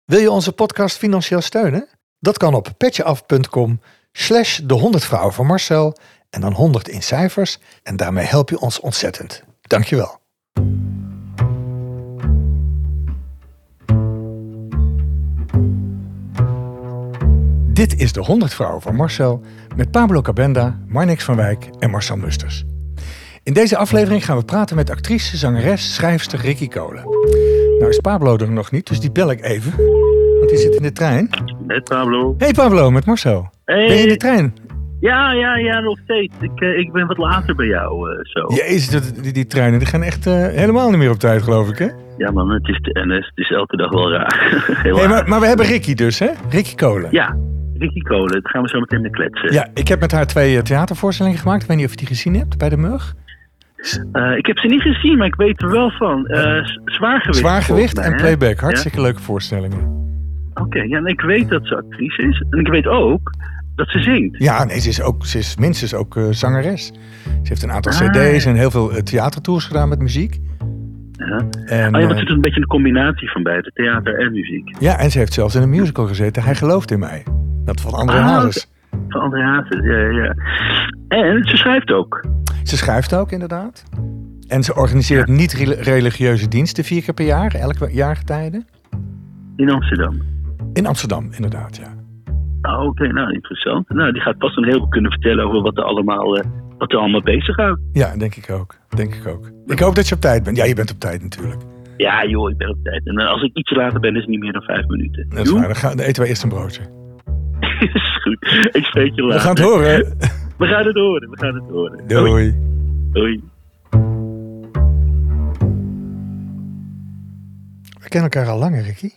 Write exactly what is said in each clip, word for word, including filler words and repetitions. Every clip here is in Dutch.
Wil je onze podcast financieel steunen? Dat kan op petjeaf.com slash de honderd vrouwen van Marcel en dan honderd in cijfers. En daarmee help je ons ontzettend. Dankjewel. Dit is de honderd vrouwen van Marcel met Pablo Cabenda, Marnix van Wijk en Marcel Musters. In deze aflevering gaan we praten met actrice, zangeres, schrijfster Ricky Cole. Nou is Pablo er nog niet, dus die bel ik even. Want die zit in de trein. Met Pablo. Hey Pablo, met Marcel. Hey. Ben je in de trein? Ja, ja, ja, nog steeds. Ik, uh, ik ben wat later bij jou, uh, zo. Jezus, die, die, die treinen die gaan echt uh, helemaal niet meer op tijd, geloof ik, hè? Ja man, het is de N S. Het is elke dag wel raar. Heel hey, raar. maar, maar we hebben Ricky dus, hè? Ricky Cole. Ja, Ricky Cole. Dat gaan we zo meteen mee kletsen. Ja, ik heb met haar twee uh, theatervoorstellingen gemaakt. Ik weet niet of je die gezien hebt bij de Murg. Uh, ik heb ze niet gezien, maar ik weet er wel van. Uh, zwaargewicht. Zwaargewicht mij, en hè? playback. Hartstikke ja? leuke voorstellingen. Oké, okay, ja, en ik weet dat ze actrice is. En ik weet ook dat ze zingt. Ja, nee, ze is, ook, ze is minstens ook uh, zangeres. Ze heeft een aantal ah, cd's en heel veel uh, theatertours gedaan met muziek. Ja. En, oh ja, want uh, het is een beetje een combinatie van beide. Theater en muziek. Ja, en ze heeft zelfs in een musical gezeten. Hij gelooft in mij. Dat van André ah, Hazes. Van André Hazes, ja, ja. En ze schrijft ook. Ze schrijft ook, inderdaad. En ze organiseert ja. niet-religieuze diensten vier keer per jaar, elke jaargetijde. In Amsterdam? In Amsterdam, inderdaad, ja. Oh, oké, okay, nou, interessant. Nou, die gaat pas een heleboel kunnen vertellen over wat er allemaal, uh, wat er allemaal bezighoudt. Ja, denk ik ook. Denk ik ook. Ik hoop dat je op tijd bent. Ja, je bent op tijd natuurlijk. Ja, joh, ik ben op tijd. En uh, als ik iets later ben, is het niet meer dan vijf minuten. Dat is waar. Dan, gaan, dan eten wij eerst een broodje. Is goed. Ik spreek je later. We gaan het horen. We gaan het horen. We gaan het horen. Doei. Doei. We kennen elkaar al langer, Ricky.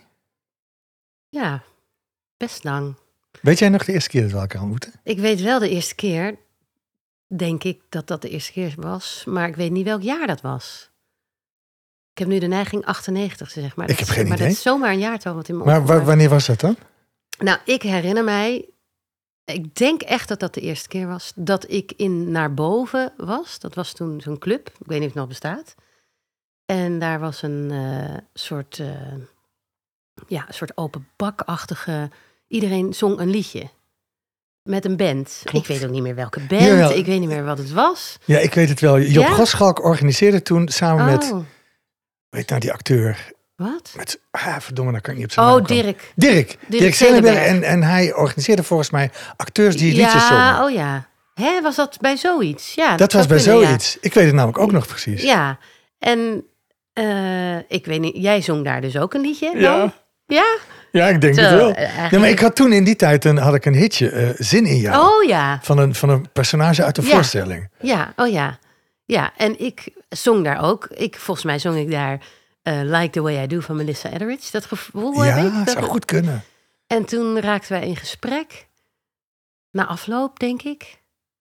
Ja, best lang. Weet jij nog de eerste keer dat we elkaar ontmoeten? Ik weet wel de eerste keer, denk ik dat dat de eerste keer was, maar ik weet niet welk jaar dat was. Ik heb nu de neiging achtennegentig te zeggen, maar ik heb is, geen maar idee. dat is zomaar een jaartal wat in me Maar opkomt. w- wanneer was dat dan? Nou, ik herinner mij, ik denk echt dat dat de eerste keer was, dat ik in Naar Boven was. Dat was toen zo'n club, ik weet niet of het nog bestaat. En daar was een uh, soort, uh, ja, een soort open bakachtige, iedereen zong een liedje. Met een band. Klopt. Ik weet ook niet meer welke band. Jawel. Ik weet niet meer wat het was. Ja, ik weet het wel. Job Ja? Goschalk organiseerde toen samen oh, met, weet nou die acteur. wat? Met, ah, verdomme, daar kan ik niet op zijn Oh, naam komen. Dirk. Dirk. Dirk, Dirk Zelenberg. Zelenberg. En, en hij organiseerde volgens mij acteurs die liedjes Ja, zongen. oh ja. Hè, was dat bij zoiets? Ja, Dat, dat was bij zou kunnen, zoiets. Ik weet het namelijk ook nog precies. Ja, ja. En uh, ik weet niet, jij zong daar dus ook een liedje dan? Ja. Ja? Ja, ik denk Zo, het wel. eigenlijk... Ja, maar ik had toen in die tijd een, had ik een hitje, uh, Zin in jou. Oh ja. Van een, van een personage uit de Ja. voorstelling. Ja, oh ja. Ja, en ik zong daar ook. Ik, volgens mij zong ik daar uh, Like the Way I Do van Melissa Etheridge. Dat gevoel Ja, heb ik. dat Dat zou goed kunnen. En toen raakten wij in gesprek. Na afloop, denk ik.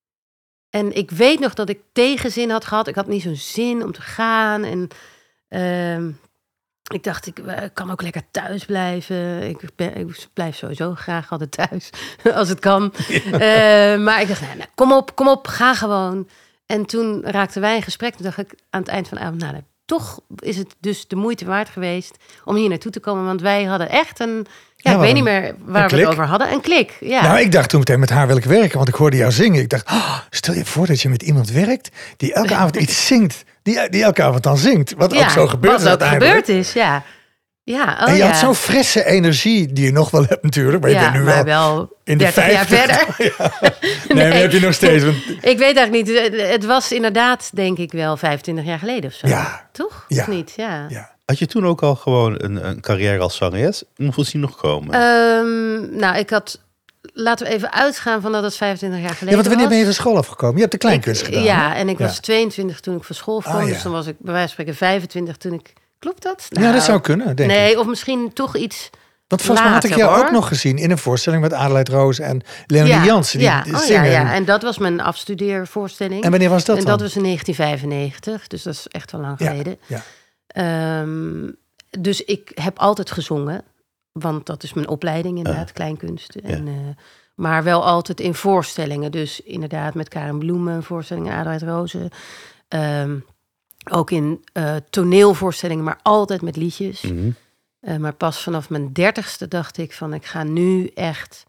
En ik weet nog dat ik tegenzin had gehad. Ik had niet zo'n zin om te gaan. En uh, ik dacht, ik uh, kan ook lekker thuis blijven. Ik, ben, ik blijf sowieso graag altijd thuis, als het kan. Ja. Uh, maar ik dacht, nou, nou, kom op, kom op, ga gewoon. En toen raakten wij in gesprek. Toen dacht ik aan het eind van de avond, nou, toch is het dus de moeite waard geweest om hier naartoe te komen. Want wij hadden echt een... Ja, ja, ik weet niet meer waar we het over hadden. Een klik, ja. Nou, ik dacht toen meteen met haar wil ik werken, want ik hoorde jou zingen. Ik dacht, oh, stel je voor dat je met iemand werkt die elke avond iets zingt. Die, die elke avond dan zingt. Wat ja, ook zo gebeurd is uiteindelijk. Wat ook gebeurd is, ja. ja oh en je ja. had zo'n frisse energie die je nog wel hebt natuurlijk. Maar je ja, bent nu maar wel, wel in de dertig jaar verder. Ja. Nee, nee, maar heb je nog steeds. Want... Ik weet eigenlijk niet. Het was inderdaad, denk ik wel, vijfentwintig jaar geleden of zo. Ja. Toch? Ja. Of niet? Ja. ja. Had je toen ook al gewoon een, een carrière als zangeres? Moest die nog komen? Um, nou, ik had... Laten we even uitgaan van dat het vijfentwintig jaar geleden was. Ja, want wanneer ben je van school afgekomen? Je hebt de kleinkunst ik, gedaan. Ja, en ik ja. was tweeëntwintig toen ik van school kwam. Oh, ja. Dus dan was ik bij wijze van spreken vijfentwintig toen ik... Klopt dat? Nou, ja, dat zou kunnen, denk nee, ik. of misschien toch iets Want volgens mij had ik jou hoor. ook nog gezien in een voorstelling met Adelheid Roos en Leonie ja, Jansen. Die ja. Oh, zingen. ja, ja, en dat was mijn afstudeervoorstelling. En wanneer was dat En dan? dat was in negentien vijfennegentig, dus dat is echt wel lang geleden. Ja, ja. Um, dus ik heb altijd gezongen, want dat is mijn opleiding inderdaad, uh, kleinkunst. Ja. En, uh, maar wel altijd in voorstellingen. Dus inderdaad met Karen Bloemen, voorstellingen, Adelheid Rozen. Um, ook in uh, toneelvoorstellingen, maar altijd met liedjes. Mm-hmm. Uh, maar pas vanaf mijn dertigste dacht ik van... ik ga nu echt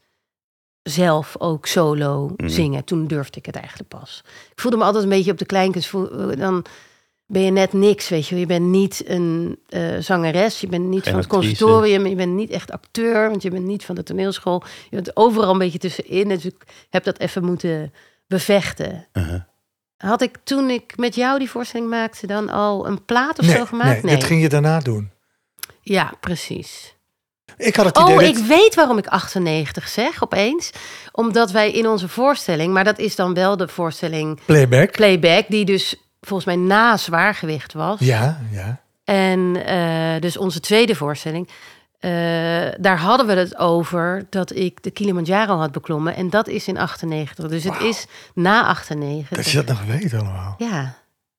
zelf ook solo mm. zingen. Toen durfde ik het eigenlijk pas. Ik voelde me altijd een beetje op de kleinkunst. Dan ben je net niks, weet je. Je bent niet een uh, zangeres. Je bent niet Geen van het actrice. Conservatorium. Je bent niet echt acteur. Want je bent niet van de toneelschool. Je bent overal een beetje tussenin. Dus ik heb dat even moeten bevechten. Uh-huh. Had ik toen ik met jou die voorstelling maakte... dan al een plaat of nee, zo gemaakt? Nee, nee, dat ging je daarna doen. Ja, precies. Ik had het oh, idee ik dat... weet waarom ik achtennegentig zeg, opeens. Omdat wij in onze voorstelling... maar dat is dan wel de voorstelling... Playback. Playback, die dus volgens mij na Zwaargewicht was. Ja, ja. En uh, dus onze tweede voorstelling... Uh, daar hadden we het over dat ik de Kilimanjaro had beklommen. En dat is in achtennegentig. Dus wow. Het is na achtennegentig. Dat je dat nog weet allemaal. Ja,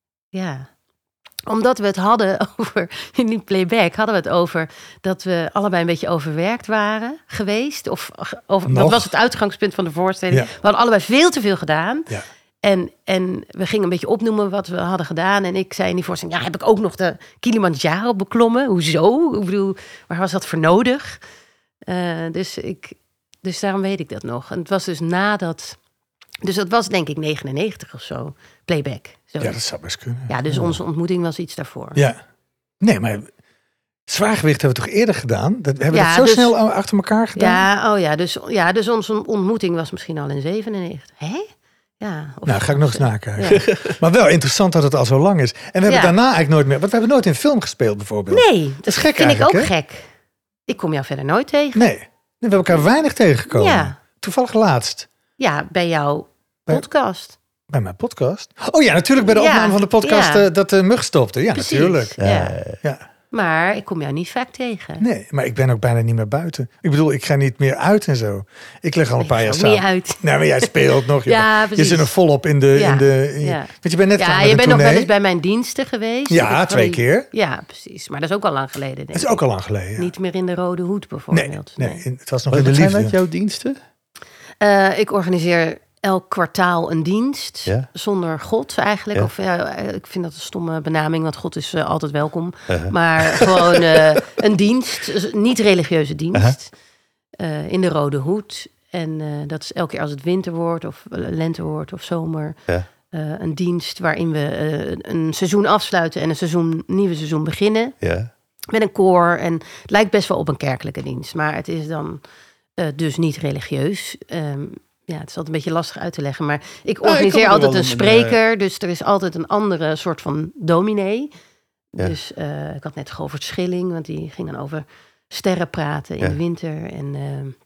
ja. Omdat we het hadden over, in die playback hadden we het over... dat we allebei een beetje overwerkt waren geweest. Of over, dat was het uitgangspunt van de voorstelling. Ja. We hadden allebei veel te veel gedaan. Ja. En, en we gingen een beetje opnoemen wat we hadden gedaan. En ik zei in die voorstelling, ja, heb ik ook nog de Kilimanjaro beklommen? Hoezo? Ik bedoel, waar was dat voor nodig? Uh, dus, ik, dus daarom weet ik dat nog. En het was dus nadat... Dus dat was denk ik negenennegentig of zo, playback. Zo. Ja, dat zou best kunnen. Ja, dus ja. onze ontmoeting was iets daarvoor. Ja. Nee, maar Zwaargewicht hebben we toch eerder gedaan? Dat, hebben we ja, dat zo dus, snel achter elkaar gedaan? Ja, oh ja, dus, ja, dus onze ontmoeting was misschien al in zevenennegentig. Hè? Ja, nou, ga ik nog eens nakijken. Ja. Maar wel interessant dat het al zo lang is. En we hebben ja. daarna eigenlijk nooit meer... Want we hebben nooit in film gespeeld bijvoorbeeld. Nee, dat, dat is gek vind ik ook hè? gek. Ik kom jou verder nooit tegen. Nee, we hebben elkaar weinig tegengekomen. Ja. Toevallig laatst. Ja, bij jouw podcast. Bij mijn podcast? Oh ja, natuurlijk bij de ja. opname van de podcast ja. uh, dat de mug stopte. Ja, Precies. natuurlijk. Ja. Ja. ja. Maar ik kom jou niet vaak tegen. Nee, maar ik ben ook bijna niet meer buiten. Ik bedoel, ik ga niet meer uit en zo. Ik lig al een paar jaar samen. Niet uit. Nou, maar jij speelt nog. Je, ja, je zit er volop in de... Ja. In de in, ja. Want je bent net ja, je bent nog wel eens bij mijn diensten geweest. Ja, twee die, keer. Ja, precies. Maar dat is ook al lang geleden, denk ik. Dat is ook al lang geleden, ja. Niet meer in de Rode Hoed, bijvoorbeeld. Nee, nee, nee. Het was nog Wat in de liefde. Wat zijn dat jouw diensten? Uh, ik organiseer... elk kwartaal een dienst, ja. zonder God eigenlijk. Ja. Of ja, ik vind dat een stomme benaming, want God is uh, altijd welkom. Uh-huh. Maar gewoon uh, een dienst, niet religieuze dienst, uh-huh. uh, in de Rode Hoed. En uh, dat is elke keer als het winter wordt, of lente wordt, of zomer. Ja. Uh, een dienst waarin we uh, een seizoen afsluiten en een seizoen, nieuwe seizoen beginnen. Ja. Met een koor. En het lijkt best wel op een kerkelijke dienst, maar het is dan uh, dus niet religieus. Um, Ja, het is altijd een beetje lastig uit te leggen. Maar ik organiseer ja, ik altijd een spreker. Een, dus er is altijd een andere soort van dominee. Ja. Dus uh, ik had net Govert Schilling. Want die ging dan over sterren praten in ja. de winter. En uh,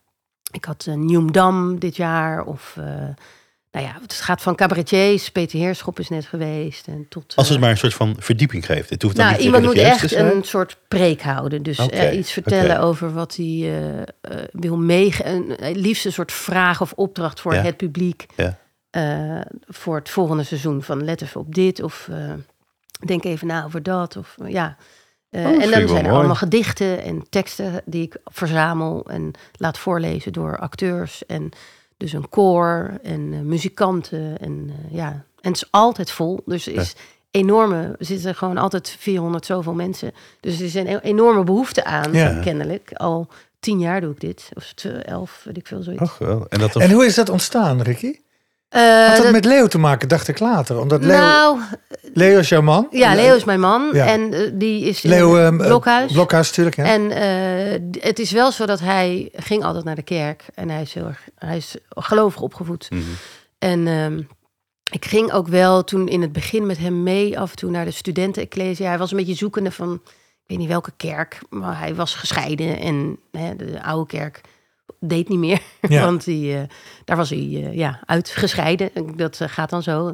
ik had uh, Nieuwdam dit jaar. Of uh, nou ja, het gaat van cabaretiers. Peter Heerschop is net geweest. En tot, uh, Als het maar een soort van verdieping geeft. Het hoeft nou, niet iemand moet echt een soort preek houden. Dus okay. uh, iets vertellen okay. over wat hij uh, uh, wil meegeven. Liefst een soort vraag of opdracht voor ja. het publiek. Ja. Uh, voor het volgende seizoen. Van let even op dit. Of uh, denk even na over dat. Of uh, ja. Uh, oh, en dan zijn er mooi. allemaal gedichten en teksten die ik verzamel en laat voorlezen door acteurs en dus een koor en uh, muzikanten. En uh, ja, en het is altijd vol. Dus er is ja. enorme, er zitten gewoon altijd vierhonderd zoveel mensen. Dus er is een enorme behoefte aan, ja. kennelijk. Al tien jaar doe ik dit. Of elf, weet ik veel, zoiets. Och, wel. En, dat of... en hoe is dat ontstaan, Ricky? Uh, Had dat, dat met Leo te maken, dacht ik later? Omdat Leo, nou, Leo is jouw man? Ja, Leo is mijn man. Ja. En uh, die is in Leo, het Blokhuis. Uh, Blokhuis, natuurlijk. Ja. En uh, het is wel zo dat hij ging altijd naar de kerk. En hij is, heel erg, hij is gelovig opgevoed. Mm-hmm. En uh, ik ging ook wel toen in het begin met hem mee af en toe naar de studenten-ecclesia. Hij was een beetje zoekende van, ik weet niet welke kerk. Maar hij was gescheiden en hè, de oude kerk deed niet meer, ja. want die, uh, daar was hij uh, ja, uitgescheiden. Dat uh, gaat dan zo.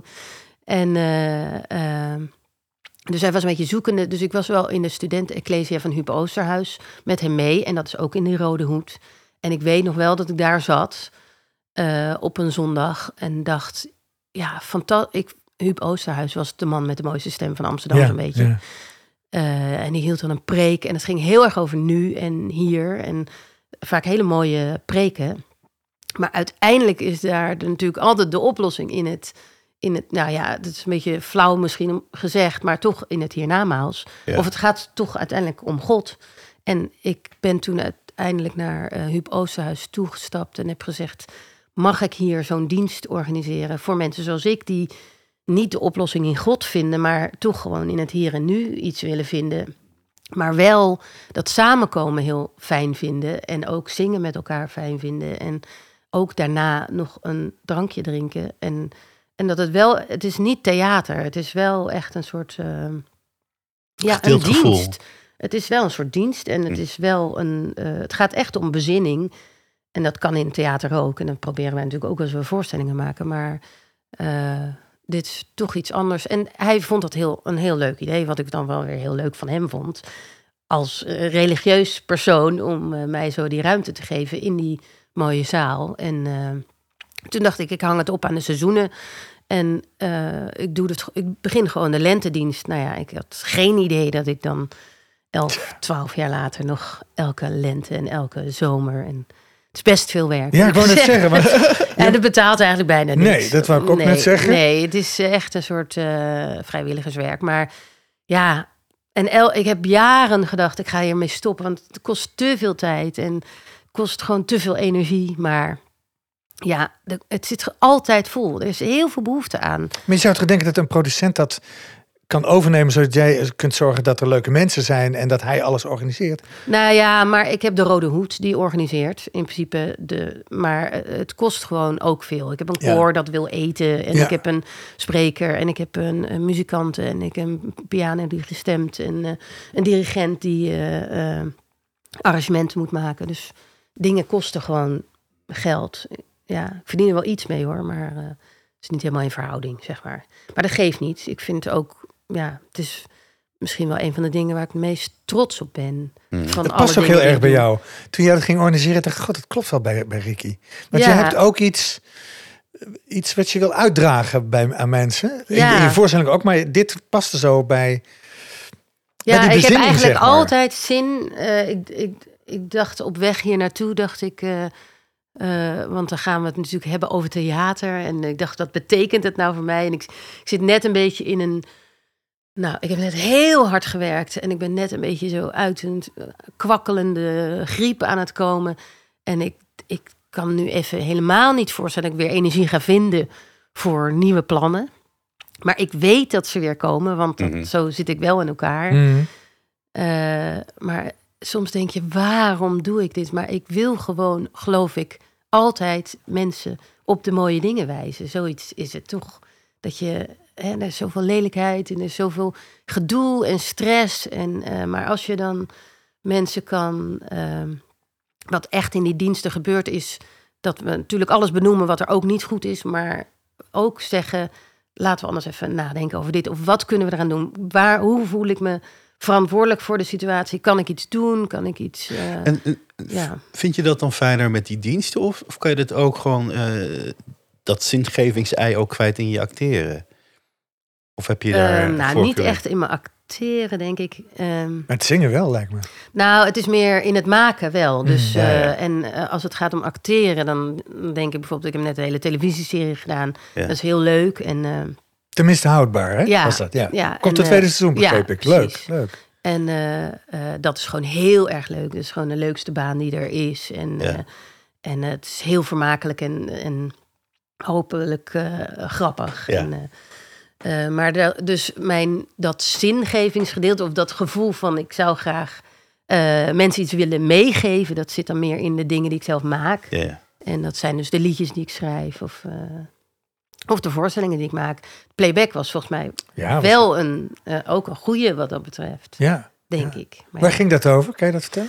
En uh, uh, dus hij was een beetje zoekende. Dus ik was wel in de studenten-ecclesia van Huub Oosterhuis met hem mee. En dat is ook in die Rode Hoed. En ik weet nog wel dat ik daar zat uh, op een zondag en dacht, ja, fantastisch. Huub Oosterhuis was de man met de mooiste stem van Amsterdam, ja, zo'n beetje. Ja. Uh, en die hield dan een preek. En het ging heel erg over nu en hier en vaak hele mooie preken. Maar uiteindelijk is daar de, natuurlijk altijd de oplossing in het, in het... Nou ja, dat is een beetje flauw misschien gezegd, maar toch in het hiernamaals. Ja. Of het gaat toch uiteindelijk om God. En ik ben toen uiteindelijk naar uh, Huub Oosterhuis toegestapt en heb gezegd, mag ik hier zo'n dienst organiseren voor mensen zoals ik, die niet de oplossing in God vinden, maar toch gewoon in het hier en nu iets willen vinden. Maar wel dat samenkomen heel fijn vinden en ook zingen met elkaar fijn vinden. En ook daarna nog een drankje drinken. En, en dat het wel, het is niet theater, het is wel echt een soort, uh, ja, een dienst. Gevoel. Het is wel een soort dienst en het is wel een, uh, het gaat echt om bezinning. En dat kan in theater ook. En dan proberen wij natuurlijk ook als we voorstellingen maken. Maar uh, dit is toch iets anders. En hij vond dat heel, een heel leuk idee. Wat ik dan wel weer heel leuk van hem vond. Als uh, religieus persoon. Om uh, mij zo die ruimte te geven in die mooie zaal. En uh, toen dacht ik, ik hang het op aan de seizoenen. En uh, ik, doe het, ik begin gewoon de lentedienst. Nou ja, ik had geen idee dat ik dan elf, twaalf jaar later nog elke lente en elke zomer... en het is best veel werk. Ja, ik wou net zeggen. Maar... en dat betaalt eigenlijk bijna niks. Nee, dat wou ik ook nee, net zeggen. Nee, het is echt een soort uh, vrijwilligerswerk. Maar ja, en el, ik heb jaren gedacht, ik ga hiermee stoppen. Want het kost te veel tijd en kost gewoon te veel energie. Maar ja, de, het zit altijd vol. Er is heel veel behoefte aan. Maar je zou toch denken dat een producent dat kan overnemen, zodat jij kunt zorgen dat er leuke mensen zijn en dat hij alles organiseert? Nou ja, maar ik heb de Rode Hoed die organiseert in principe. De, maar het kost gewoon ook veel. Ik heb een koor ja. dat wil eten en ja. ik heb een spreker en ik heb een, een muzikant en ik heb een piano die gestemt en uh, een dirigent die uh, uh, arrangementen moet maken. Dus dingen kosten gewoon geld. Ja, ik verdien er wel iets mee hoor, maar uh, het is niet helemaal in verhouding, zeg maar. Maar dat geeft niet. Ik vind ook, ja, het is misschien wel een van de dingen waar ik het meest trots op ben. Hmm. Van het past ook heel erg bij jou. Toen jij dat ging organiseren, dacht ik, god, het klopt wel bij, bij Ricky. Want ja. je hebt ook iets, iets wat je wil uitdragen bij, aan mensen. Ja. In, in je voorstelling ook, maar dit paste zo bij, ja, bij die bezinning, ik heb eigenlijk zeg maar. altijd zin. Uh, ik, ik, ik dacht op weg hier naartoe, dacht ik... Uh, Uh, want dan gaan we het natuurlijk hebben over theater. En ik dacht, wat betekent het nou voor mij? En ik, ik zit net een beetje in een... Nou, ik heb net heel hard gewerkt. En ik ben net een beetje zo uit een kwakkelende griep aan het komen. En ik, ik kan nu even helemaal niet voorstellen... dat ik weer energie ga vinden voor nieuwe plannen. Maar ik weet dat ze weer komen. Want dat, mm-hmm. zo zit ik wel in elkaar. Mm-hmm. Uh, maar... Soms denk je, waarom doe ik dit? Maar ik wil gewoon, geloof ik, altijd mensen op de mooie dingen wijzen. Zoiets is het toch. Dat je, hè, er is zoveel lelijkheid en er is zoveel gedoe en stress. En, uh, maar als je dan mensen kan... Uh, wat echt in die diensten gebeurd is... dat we natuurlijk alles benoemen wat er ook niet goed is... maar ook zeggen, laten we anders even nadenken over dit. Of wat kunnen we eraan doen? Waar, hoe voel ik me... verantwoordelijk voor de situatie. Kan ik iets doen? Kan ik iets... Uh, en, en ja. Vind je dat dan fijner met die diensten? Of, of kan je dat ook gewoon... Uh, dat zingevings-ei ook kwijt in je acteren? Of heb je daar... Uh, nou, niet echt in mijn acteren, denk ik. Um, het zingen wel, lijkt me. Nou, het is meer in het maken wel. Dus, ja, ja. Uh, en uh, als het gaat om acteren... dan denk ik bijvoorbeeld... ik heb net een hele televisieserie gedaan. Ja. Dat is heel leuk en... Uh, Tenminste houdbaar, hè? Ja, was dat? Ja. ja Komt het tweede seizoen, begreep ja, ik. Leuk, precies. leuk. En uh, uh, dat is gewoon heel erg leuk. Dat is gewoon de leukste baan die er is. En, ja. uh, en uh, het is heel vermakelijk en, en hopelijk uh, grappig. Ja. En, uh, uh, maar de, dus mijn, dat zingevingsgedeelte... of dat gevoel van ik zou graag uh, mensen iets willen meegeven... dat zit dan meer in de dingen die ik zelf maak. Ja. En dat zijn dus de liedjes die ik schrijf of... Uh, Of de voorstellingen die ik maak. Playback was volgens mij ja, wel was... een, uh, ook een goede wat dat betreft. Ja, denk ja. ik. Maar Waar ja. ging dat over? Kan je dat vertellen?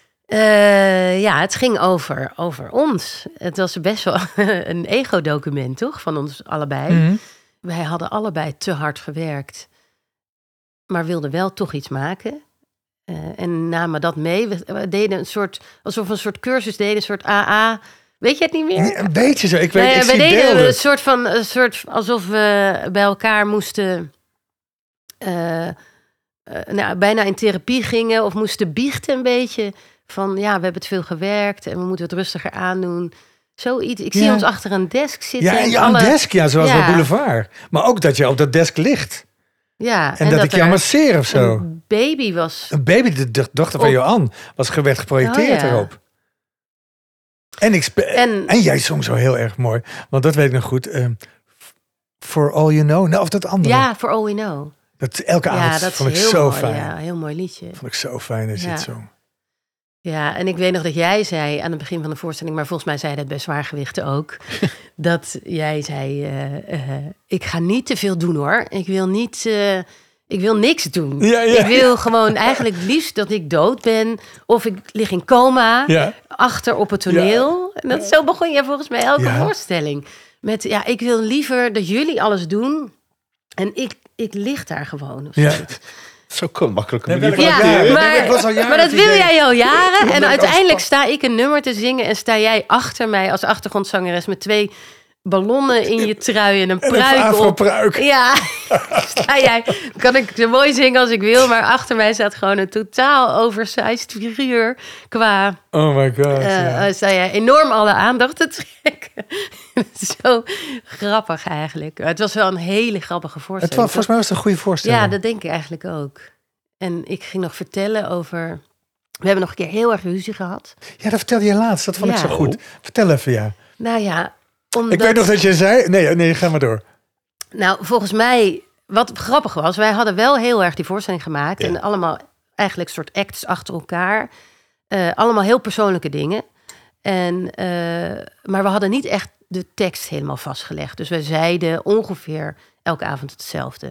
Uh, ja, het ging over, over ons. Het was best wel een ego-document, toch? Van ons allebei. Mm-hmm. Wij hadden allebei te hard gewerkt. Maar wilden wel toch iets maken. Uh, en namen dat mee. We, we deden een soort, alsof we een soort cursus deden. Een soort A A... Weet je het niet meer? Nee, een beetje zo. Ik weet, nee, ik we zie deden beelden. een soort van, een soort alsof we bij elkaar moesten, uh, uh, nou, bijna in therapie gingen of moesten biechten een beetje van, ja, we hebben het veel gewerkt en we moeten het rustiger aandoen. Zoiets. Ik ja. zie ons achter een desk zitten. Ja, en en ja, alle... een desk, ja, zoals ja. bij Boulevard. Maar ook dat je op dat desk ligt. Ja, En, en dat, dat ik jou masseer of zo. Een baby was... Een baby, de, de dochter van op... Johan, was werd geprojecteerd oh, ja. erop. En, ik spe- en, en jij zong zo heel erg mooi. Want dat weet ik nog goed. Um, For All You Know. Nou, of dat andere. Ja, For All We Know. Dat elke ja, avond dat vond ik heel zo mooi, fijn. Ja, heel mooi liedje. Vond ik zo fijn dat je ja. het zong. Ja, en ik weet nog dat jij zei aan het begin van de voorstelling, maar volgens mij zei dat bij Zwaargewichten ook, dat jij zei, uh, uh, ik ga niet te veel doen hoor. Ik wil niet, uh, ik wil niks doen. Ja, ja, ik wil ja. gewoon eigenlijk liefst dat ik dood ben of ik lig in coma ja. achter op het toneel. Ja. En dat, zo begon je volgens mij elke ja. voorstelling. Met, ja, ik wil liever dat jullie alles doen en ik, ik lig daar gewoon. Of ja. Zo kan makkelijk. Ja, maar, maar dat wil jij al jaren. En uiteindelijk sta ik een nummer te zingen en sta jij achter mij als achtergrondzangeres met twee ballonnen in je trui en een pruik op. Pruik. Ja, sta jij. Kan ik zo mooi zingen als ik wil, maar achter mij staat gewoon een totaal oversized figuur qua. Oh my god. Uh, ja. Sta jij enorm alle aandacht te trekken. Zo grappig eigenlijk. Het was wel een hele grappige voorstelling. Het was, volgens mij was het een goede voorstelling. Ja, dat denk ik eigenlijk ook. En ik ging nog vertellen over. We hebben nog een keer heel erg ruzie gehad. Ja, dat vertelde je laatst. Dat vond ja. ik zo goed. Vertel even, ja. Nou ja. Omdat... Ik weet nog dat je zei... Nee, nee, ga maar door. Nou, volgens mij... Wat grappig was... Wij hadden wel heel erg die voorstelling gemaakt. Ja. En allemaal eigenlijk soort acts achter elkaar. Uh, allemaal heel persoonlijke dingen. En, uh, maar we hadden niet echt de tekst helemaal vastgelegd. Dus we zeiden ongeveer elke avond hetzelfde.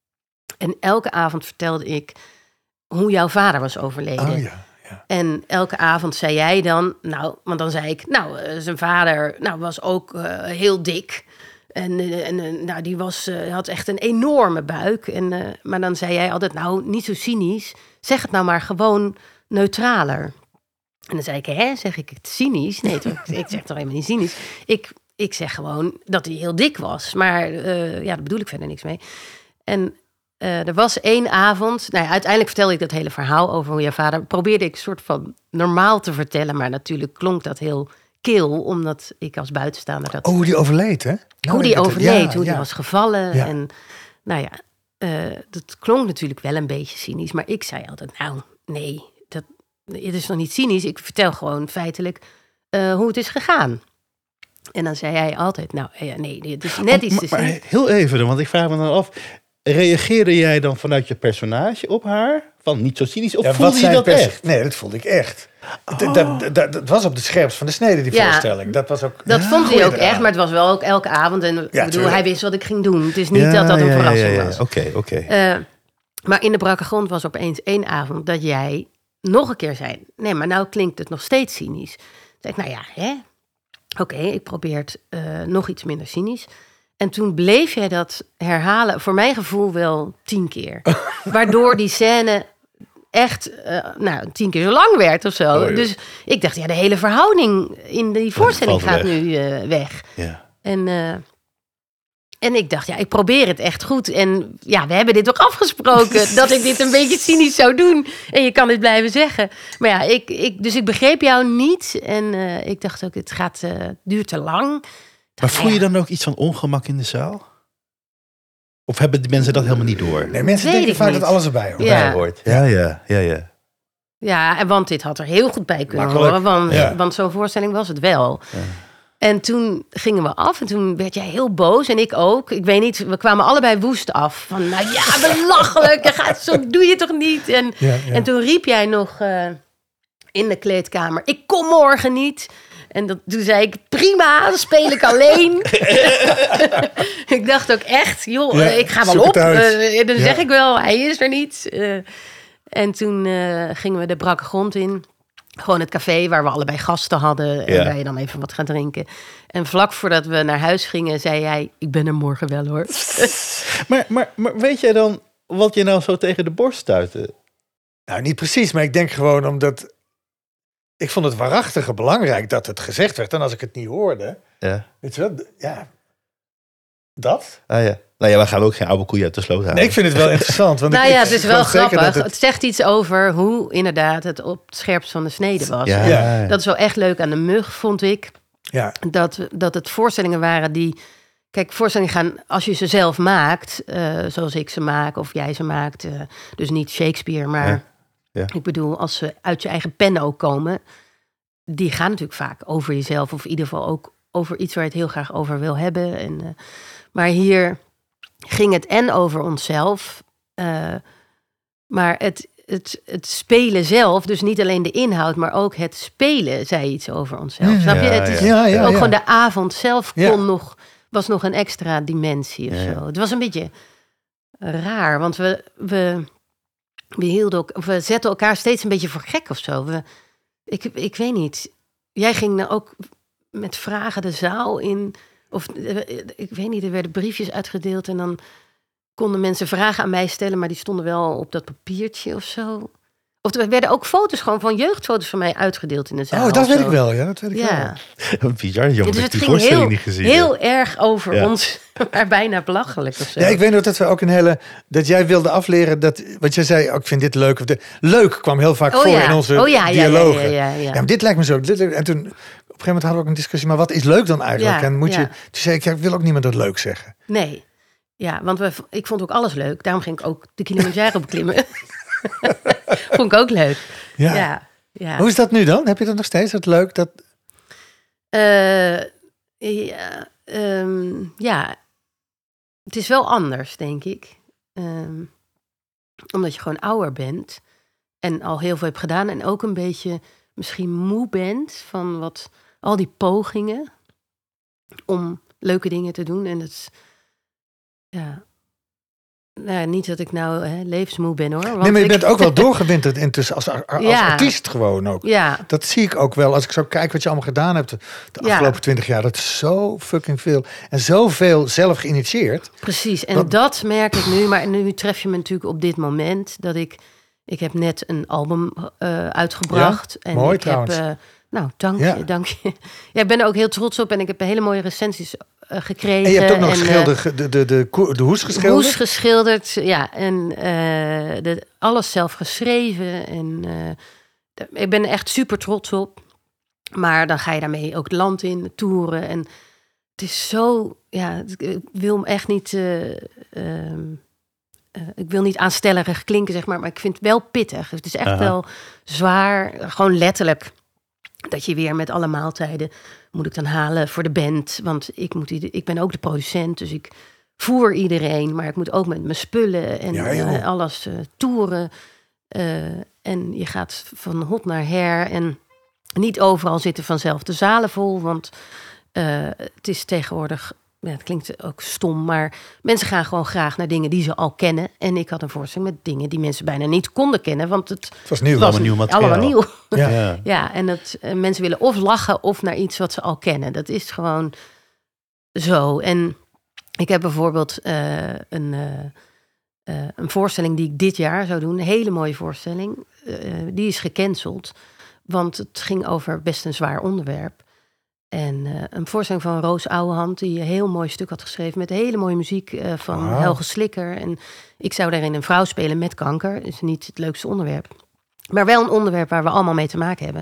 En elke avond vertelde ik hoe jouw vader was overleden. Oh ja. Ja. En elke avond zei jij dan, nou, want dan zei ik, nou, uh, zijn vader nou, was ook uh, heel dik. En, uh, en uh, nou, die was, uh, had echt een enorme buik. En, uh, maar dan zei jij altijd, nou, niet zo cynisch. Zeg het nou maar gewoon neutraler. En dan zei ik, hè, zeg ik het cynisch? Nee, toch, ik zeg toch helemaal niet cynisch. Ik, ik zeg gewoon dat hij heel dik was. Maar uh, ja, daar bedoel ik verder niks mee. En... Uh, er was één avond, nou ja, uiteindelijk vertelde ik dat hele verhaal over hoe je vader, probeerde ik een soort van normaal te vertellen, maar natuurlijk klonk dat heel kil, omdat ik als buitenstaander dat... Oh, hoe die overleed, hè? Nou, hoe die overleed, ja, hoe ja. die was gevallen. Ja. En nou ja, uh, dat klonk natuurlijk wel een beetje cynisch, maar ik zei altijd, nou, nee, dat, het is nog niet cynisch. Ik vertel gewoon feitelijk uh, hoe het is gegaan. En dan zei hij altijd, nou, ja, nee, het is net iets oh, te maar, zien. Maar heel even dan, want ik vraag me dan af... Reageerde jij dan vanuit je personage op haar? Van niet zo cynisch? Of ja, voelde je dat pers- echt? Nee, dat voelde ik echt. Oh. Dat, dat, dat, dat was op de scherpst van de snede, die ja, voorstelling. Dat, was ook, dat ja, vond hij ook eraan. echt, maar het was wel ook elke avond. En ja, bedoel, hij wist wat ik ging doen. Het is niet ja, dat dat een ja, verrassing ja, ja, ja. was. Oké, okay, oké. Okay. Uh, maar in de brakke grond was opeens één avond dat jij nog een keer zei... nee, maar nou klinkt het nog steeds cynisch. Toen zei ik, nou ja, hè? Oké, okay, ik probeer het uh, nog iets minder cynisch... En toen bleef jij dat herhalen, voor mijn gevoel wel tien keer. Waardoor die scène echt uh, nou, tien keer zo lang werd of zo. Oh, dus ik dacht, ja, de hele verhouding in die voorstelling gaat weg. nu uh, weg. Ja. En, uh, en ik dacht, ja, ik probeer het echt goed. En ja, we hebben dit ook afgesproken, dat ik dit een beetje cynisch zou doen. En je kan dit blijven zeggen. Maar ja, ik, ik, dus ik begreep jou niet. En uh, ik dacht ook, het gaat, uh, duurt te lang. Maar voel je dan ook iets van ongemak in de zaal? Of hebben de mensen dat helemaal niet door? Nee, mensen Weet denken vaak niet. dat alles erbij hoort. Ja. hoort. Ja, ja, ja, ja. Ja, en want dit had er heel goed bij kunnen Makkelijk. horen. Want, Ja. want zo'n voorstelling was het wel. Ja. En toen gingen we af en toen werd jij heel boos en ik ook. Ik weet niet, we kwamen allebei woest af. Van, nou ja, belachelijk, je gaat, zo doe je toch niet? En, Ja, ja. en toen riep jij nog uh, in de kleedkamer, ik kom morgen niet. En dat, toen zei ik, prima, dan speel ik alleen. Ik dacht ook echt, joh, Ja, ik ga wel zoek op. het uit. Uh, dan Ja. zeg ik wel, hij is er niet. Uh, en toen uh, gingen we de brakke grond in. Gewoon het café waar we allebei gasten hadden. En Ja. waar je dan even wat gaat drinken. En vlak voordat we naar huis gingen, zei jij, ik ben er morgen wel hoor. Maar, maar, maar weet jij dan wat je nou zo tegen de borst stuitte? Nou, niet precies, maar ik denk gewoon omdat... Ik vond het waarachtige belangrijk dat het gezegd werd. En als ik het niet hoorde, Ja. weet je wel, d- ja, dat. Ah ja. Nou ja, we gaan ook geen oude koeien uit de sloot halen. Nee, ik vind het wel interessant. Want Nou ik, ja, ik het is geloof wel zeker grappig. dat Het... zegt iets over hoe inderdaad het op het scherpst van de snede was. Ja, En ja. dat is wel echt leuk aan de Mug, vond ik. Ja, Dat, dat het voorstellingen waren die Kijk, voorstellingen gaan, als je ze zelf maakt, uh, zoals ik ze maak of jij ze maakt, uh, dus niet Shakespeare, maar Ja, ja. ik bedoel, als ze uit je eigen pen ook komen, die gaan natuurlijk vaak over jezelf of in ieder geval ook over iets waar je het heel graag over wil hebben. En, uh, maar hier ging het en over onszelf, uh, maar het, het, het spelen zelf, dus niet alleen de inhoud, maar ook het spelen, zei iets over onszelf. Ja, Snap je? Het is ja, ja, ook ja. gewoon de avond zelf kon Ja. nog, was nog een extra dimensie of Ja, ja. zo. Het was een beetje raar, want we, we, we hielden ook, we zetten elkaar steeds een beetje voor gek of zo. We, ik, ik weet niet. Jij ging nou ook met vragen de zaal in, of uh, ik weet niet, er werden briefjes uitgedeeld en dan konden mensen vragen aan mij stellen, maar die stonden wel op dat papiertje of zo. Of er werden ook foto's gewoon van jeugdfoto's van mij uitgedeeld in de zaal. Oh, dat of weet zo. ik wel, ja. Dat weet ik Ja, wel. Bizar, jammer dus dat ik het die ging voorstelling heel, niet gezien heel heb. erg over Ja. ons, maar bijna belachelijk of zo. Ja, ik weet nog dat we ook een hele... Dat jij wilde afleren dat... Wat jij zei, oh, ik vind dit leuk. Of de, leuk kwam heel vaak Oh voor ja. in onze Oh ja, ja, dialogen. ja, ja, ja, ja. Ja, maar dit lijkt me zo. Dit, en toen, op een gegeven moment hadden we ook een discussie. Maar wat is leuk dan eigenlijk? Ja, en moet ja. je... Toen zei ik, ja, ik wil ook niet meer dat leuk zeggen. Nee. Ja, want we, ik vond ook alles leuk. Daarom ging ik ook de Kilimanjaro beklimmen. Vond ik ook leuk. Ja. Ja. ja. Hoe is dat nu dan? Heb je dat nog steeds? Dat leuk? Dat... Uh, ja, um, ja, het is wel anders, denk ik. Um, omdat je gewoon ouder bent en al heel veel hebt gedaan en ook een beetje misschien moe bent van wat al die pogingen om leuke dingen te doen. En het is, ja, nou, niet dat ik nou hè, levensmoe ben hoor. Want Nee, maar je ik, bent ook wel doorgewinterd intussen als, als Ja. artiest gewoon ook. Ja, Dat zie ik ook wel als ik zo kijk wat je allemaal gedaan hebt de Ja. afgelopen twintig jaar. Dat is zo fucking veel. En zoveel zelf geïnitieerd. precies. En Wat- dat merk ik nu. Maar nu tref je me natuurlijk op dit moment dat ik... Ik heb net een album uh, uitgebracht. Ja, en mooi ik trouwens. Heb, uh, nou, dank je, Ja. dank je. Ja, ik ben er ook heel trots op en ik heb hele mooie recensies uh, gekregen. En je hebt ook nog en, geschilderd, de, de, de, de, ko- de hoes uh, geschilderd. hoes geschilderd, ja. En uh, de, alles zelf geschreven. En uh, de- ik ben er echt super trots op. Maar dan ga je daarmee ook het land in, toeren. En het is zo, ja, ik wil hem echt niet... Uh, um, Uh, ik wil niet aanstellerig klinken, zeg maar, maar ik vind het wel pittig. Het is echt Aha. wel zwaar, gewoon letterlijk. Dat je weer met alle maaltijden moet ik dan halen voor de band. Want ik, moet, ieder- ik ben ook de producent, dus ik voer iedereen. Maar ik moet ook met mijn spullen en Ja, joh. uh, alles uh, toeren. Uh, en je gaat van hot naar her. En niet overal zitten vanzelf de zalen vol. Want uh, het is tegenwoordig... Ja, het klinkt ook stom, maar mensen gaan gewoon graag naar dingen die ze al kennen. En ik had een voorstelling met dingen die mensen bijna niet konden kennen, want het Het was nieuw. was allemaal nieuw materiaal. allemaal nieuw. Ja. Ja. Ja, en dat uh, mensen willen of lachen of naar iets wat ze al kennen. Dat is gewoon zo. En ik heb bijvoorbeeld uh, een, uh, uh, een voorstelling die ik dit jaar zou doen. Een hele mooie voorstelling. Uh, die is gecanceld, want het ging over best een zwaar onderwerp. En uh, een voorstelling van Roos Ouwehand, die een heel mooi stuk had geschreven met hele mooie muziek uh, van Wauw. Helge Slikker. En ik zou daarin een vrouw spelen met kanker. Is niet het leukste onderwerp. Maar wel een onderwerp waar we allemaal mee te maken hebben.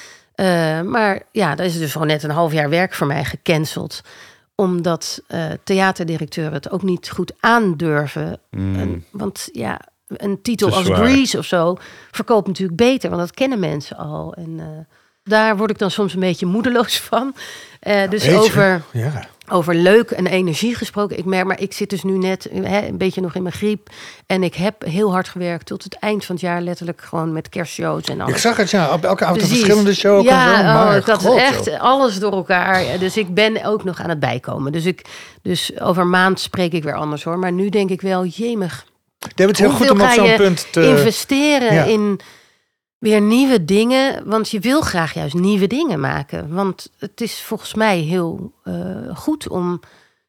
Uh, maar ja, daar is dus gewoon net een half jaar werk voor mij gecanceld. Omdat uh, theaterdirecteuren het ook niet goed aandurven. Mm. En, want ja, een titel Te als zwaar. Grease of zo verkoopt natuurlijk beter. Want dat kennen mensen al. En uh, daar word ik dan soms een beetje moedeloos van. Uh, dus Weet je? over... Ja. Over leuk en energie gesproken. Ik merk, maar ik zit dus nu net hè, een beetje nog in mijn griep. En ik heb heel hard gewerkt tot het eind van het jaar. Letterlijk gewoon met kerstshows en alles. Ik zag het, ja. Op elke avond een Precies. verschillende show. Ja, en zo, maar oh, dat is god, echt joh. alles door elkaar. Ja, dus ik ben ook nog aan het bijkomen. Dus, ik, dus over een maand spreek ik weer anders hoor. Maar nu denk ik wel, jemig. Je hebt het heel goed Hoeveel om op ga zo'n je punt te... investeren ja. in weer nieuwe dingen. Want je wil graag juist nieuwe dingen maken. Want het is volgens mij heel uh, goed om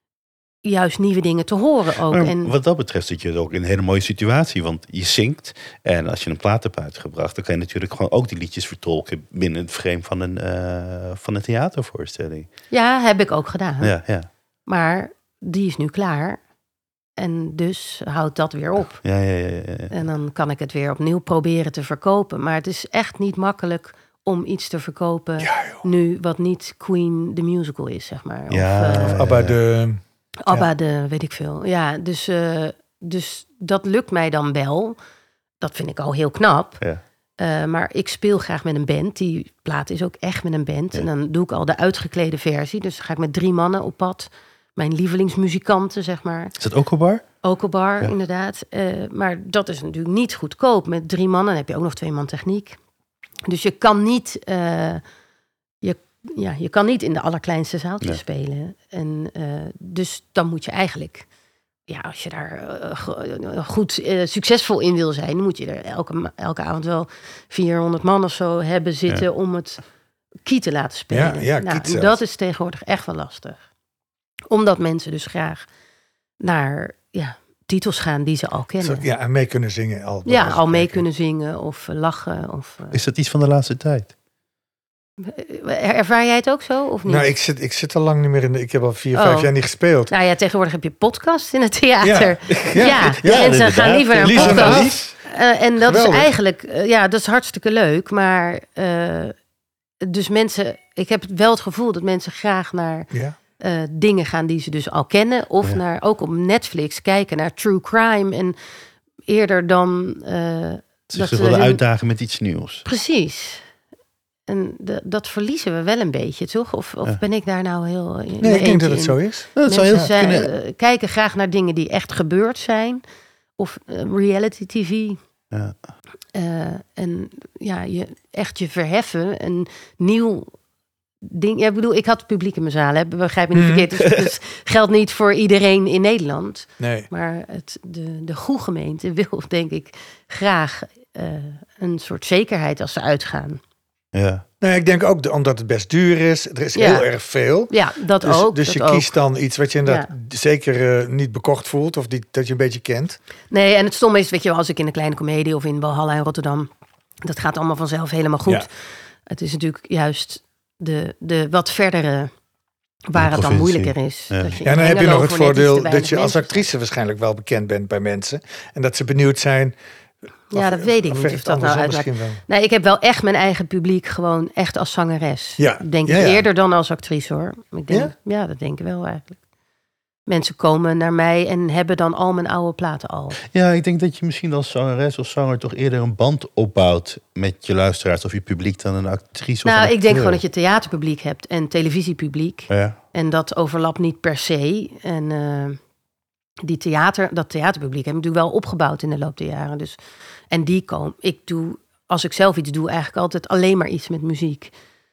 juist nieuwe dingen te horen ook. Maar En wat dat betreft zit je ook in een hele mooie situatie. Want je zingt en als je een plaat hebt uitgebracht... dan kan je natuurlijk gewoon ook die liedjes vertolken... binnen het frame van een, uh, van een theatervoorstelling. ja, heb ik ook gedaan. Ja, ja. Maar die is nu klaar. En dus houdt dat weer op. Ja, ja, ja, ja, ja. En dan kan ik het weer opnieuw proberen te verkopen. Maar het is echt niet makkelijk om iets te verkopen... Ja, joh. nu wat niet Queen the Musical is, zeg maar. Ja. Of, uh, Abba de... ABBA, Ja. de weet ik veel. Ja, dus, uh, dus dat lukt mij dan wel. Dat vind ik al heel knap. Ja. Uh, maar ik speel graag met een band. Die plaat is ook echt met een band. Ja. En dan doe ik al de uitgeklede versie. Dus dan ga ik met drie mannen op pad. Mijn lievelingsmuzikanten, zeg maar. Is dat Okobar? Okobar, ja. inderdaad. Uh, maar dat is natuurlijk niet goedkoop. Met drie mannen dan heb je ook nog twee man techniek. Dus je kan niet... Uh, je, ja, je kan niet in de allerkleinste zaaltjes nee. spelen. En uh, dus dan moet je eigenlijk... Ja, als je daar uh, goed uh, succesvol in wil zijn... dan moet je er elke, elke avond wel vierhonderd man of zo hebben zitten... Ja. om het key te laten spelen. Ja, ja, nou, en dat is tegenwoordig echt wel lastig. Omdat mensen dus graag naar ja, titels gaan die ze al kennen. Zo, ja, en mee kunnen zingen. Al, ja, al mee kunnen zingen of uh, lachen. Of, uh... Is dat iets van de laatste tijd? Ervaar jij het ook zo, of niet? Nou, ik zit, ik zit al lang niet meer in de... Ik heb al vier, oh. vijf jaar niet gespeeld. Nou ja, tegenwoordig heb je podcast in het theater. Ja, ja, ja, ja en ze gaan liever naar een Lies podcast. Uh, en dat Geweldig. is eigenlijk... Uh, ja, dat is hartstikke leuk. Maar uh, dus mensen... Ik heb wel het gevoel dat mensen graag naar... Ja. Uh, dingen gaan die ze dus al kennen. Of ja. naar, ook op Netflix kijken naar true crime. En eerder dan... Uh, ze dat ze willen hun... uitdagen met iets nieuws. Precies. En de, dat verliezen we wel een beetje, toch? Of, of ja. ben ik daar nou heel... Nee, ik denk dat het in? zo is. Nou, dat zou heel zijn, kunnen... uh, kijken graag naar dingen die echt gebeurd zijn. Of uh, reality tv. Ja. Uh, en ja, je, echt je verheffen. Een nieuw... ding. Ja, ik bedoel, ik had publiek in mijn zaal, hè. Begrijp me niet mm. verkeerd. Dus het geldt niet voor iedereen in Nederland. Nee. Maar het, de, de goede gemeente wil, denk ik, graag uh, een soort zekerheid als ze uitgaan. Ja. Nou, ik denk ook omdat het best duur is. Er is ja. heel erg veel. Ja, dat dus, ook. Dus dat je ook. kiest dan iets wat je inderdaad ja. zeker uh, niet bekocht voelt. Of die, dat je een beetje kent. Nee, en het stomme is, weet je wel, als ik in een kleine komedie of in Walhalla in Rotterdam. Dat gaat allemaal vanzelf helemaal goed. Ja. Het is natuurlijk juist de, de wat verdere... waar het dan moeilijker is. Ja, dat je ja dan heb je nog het voordeel dat je als actrice zijn. waarschijnlijk wel bekend bent bij mensen. En dat ze benieuwd zijn... Ja, of, dat weet ik of niet of dat nou uitmaakt. Nee, ik heb wel echt mijn eigen publiek gewoon echt als zangeres. Ja. Denk ja, ik ja. eerder dan als actrice, hoor. Ik denk, ja? ja, dat denk ik wel eigenlijk. Mensen komen naar mij en hebben dan al mijn oude platen al. Ja, ik denk dat je misschien als zangeres of zanger toch eerder een band opbouwt met je luisteraars of je publiek dan een actrice of Nou, een ik denk gewoon dat je theaterpubliek hebt en televisiepubliek. Ja. En dat overlapt niet per se. En uh, die theater, dat theaterpubliek heb ik natuurlijk wel opgebouwd in de loop der jaren. Dus, en die komen, ik doe, als ik zelf iets doe, eigenlijk altijd alleen maar iets met muziek.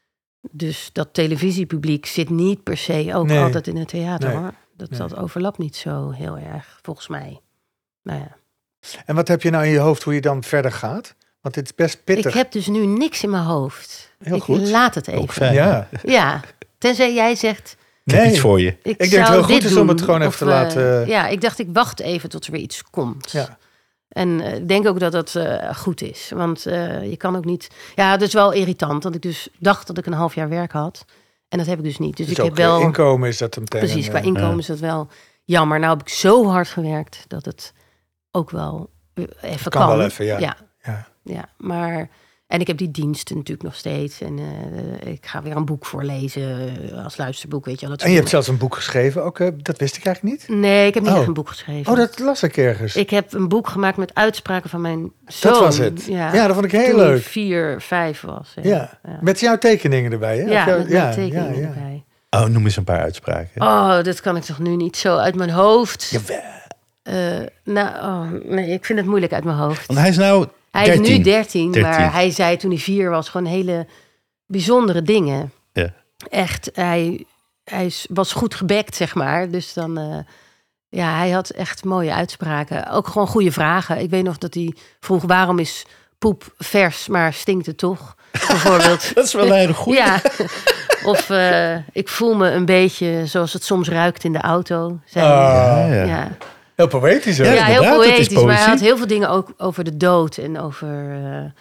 Dus dat televisiepubliek zit niet per se ook nee. altijd in het theater, nee. hoor. Dat, nee. dat overlapt niet zo heel erg, volgens mij. Nou ja. En wat heb je nou in je hoofd hoe je dan verder gaat? Want het is best pittig. Ik heb dus nu niks in mijn hoofd. Heel ik goed. laat het even. Ook fijn. Ja. ja, tenzij jij zegt... Ik heb nee. iets voor je. Ik, ik denk dat het heel goed is doen, om het gewoon even of, te laten... Uh, ja, ik dacht ik wacht even tot er weer iets komt. Ja. En ik uh, denk ook dat dat uh, goed is. Want uh, je kan ook niet... Ja, het is wel irritant. Dat ik dus dacht dat ik een half jaar werk had. En dat heb ik dus niet. Dus, dus ik heb wel... inkomen is dat meteen. Precies, een, qua inkomen ja. is dat wel jammer. Nou heb ik zo hard gewerkt dat het ook wel even kan. Kan wel even, ja. Ja, ja. ja maar... En ik heb die diensten natuurlijk nog steeds. En uh, ik ga weer een boek voorlezen als luisterboek, weet je wel. En je hebt zelfs een boek geschreven ook, uh, dat wist ik eigenlijk niet. Nee, ik heb niet oh. echt een boek geschreven. Oh, dat las ik ergens. Ik heb een boek gemaakt met uitspraken van mijn zoon. Dat was het. Ja, ja dat vond ik heel toen leuk. Toen vier, vijf was. Ja. Ja. Ja. Met jouw tekeningen erbij, hè? Ja, jou... met ja, mijn tekeningen ja, ja. erbij. Oh, noem eens een paar uitspraken. Oh, dat kan ik toch nu niet zo uit mijn hoofd. Jawel. Uh, nou, oh, nee, ik vind het moeilijk uit mijn hoofd. Want hij is nou Hij dertien. is nu dertien, dertien, maar hij zei toen hij vier was gewoon hele bijzondere dingen. Ja. Echt, hij, hij was goed gebekt, zeg maar. Dus dan, uh, ja, hij had echt mooie uitspraken. Ook gewoon goede vragen. Ik weet nog dat hij vroeg, waarom is poep vers, maar stinkt het toch? Bijvoorbeeld. Dat is wel een hele goede. Ja. Of uh, ik voel me een beetje zoals het soms ruikt in de auto. Zei oh, ja, ja. ja. Heel poëtisch, hoor. Ja, ja heel poëtisch. Maar hij had heel veel dingen ook over de dood. En over,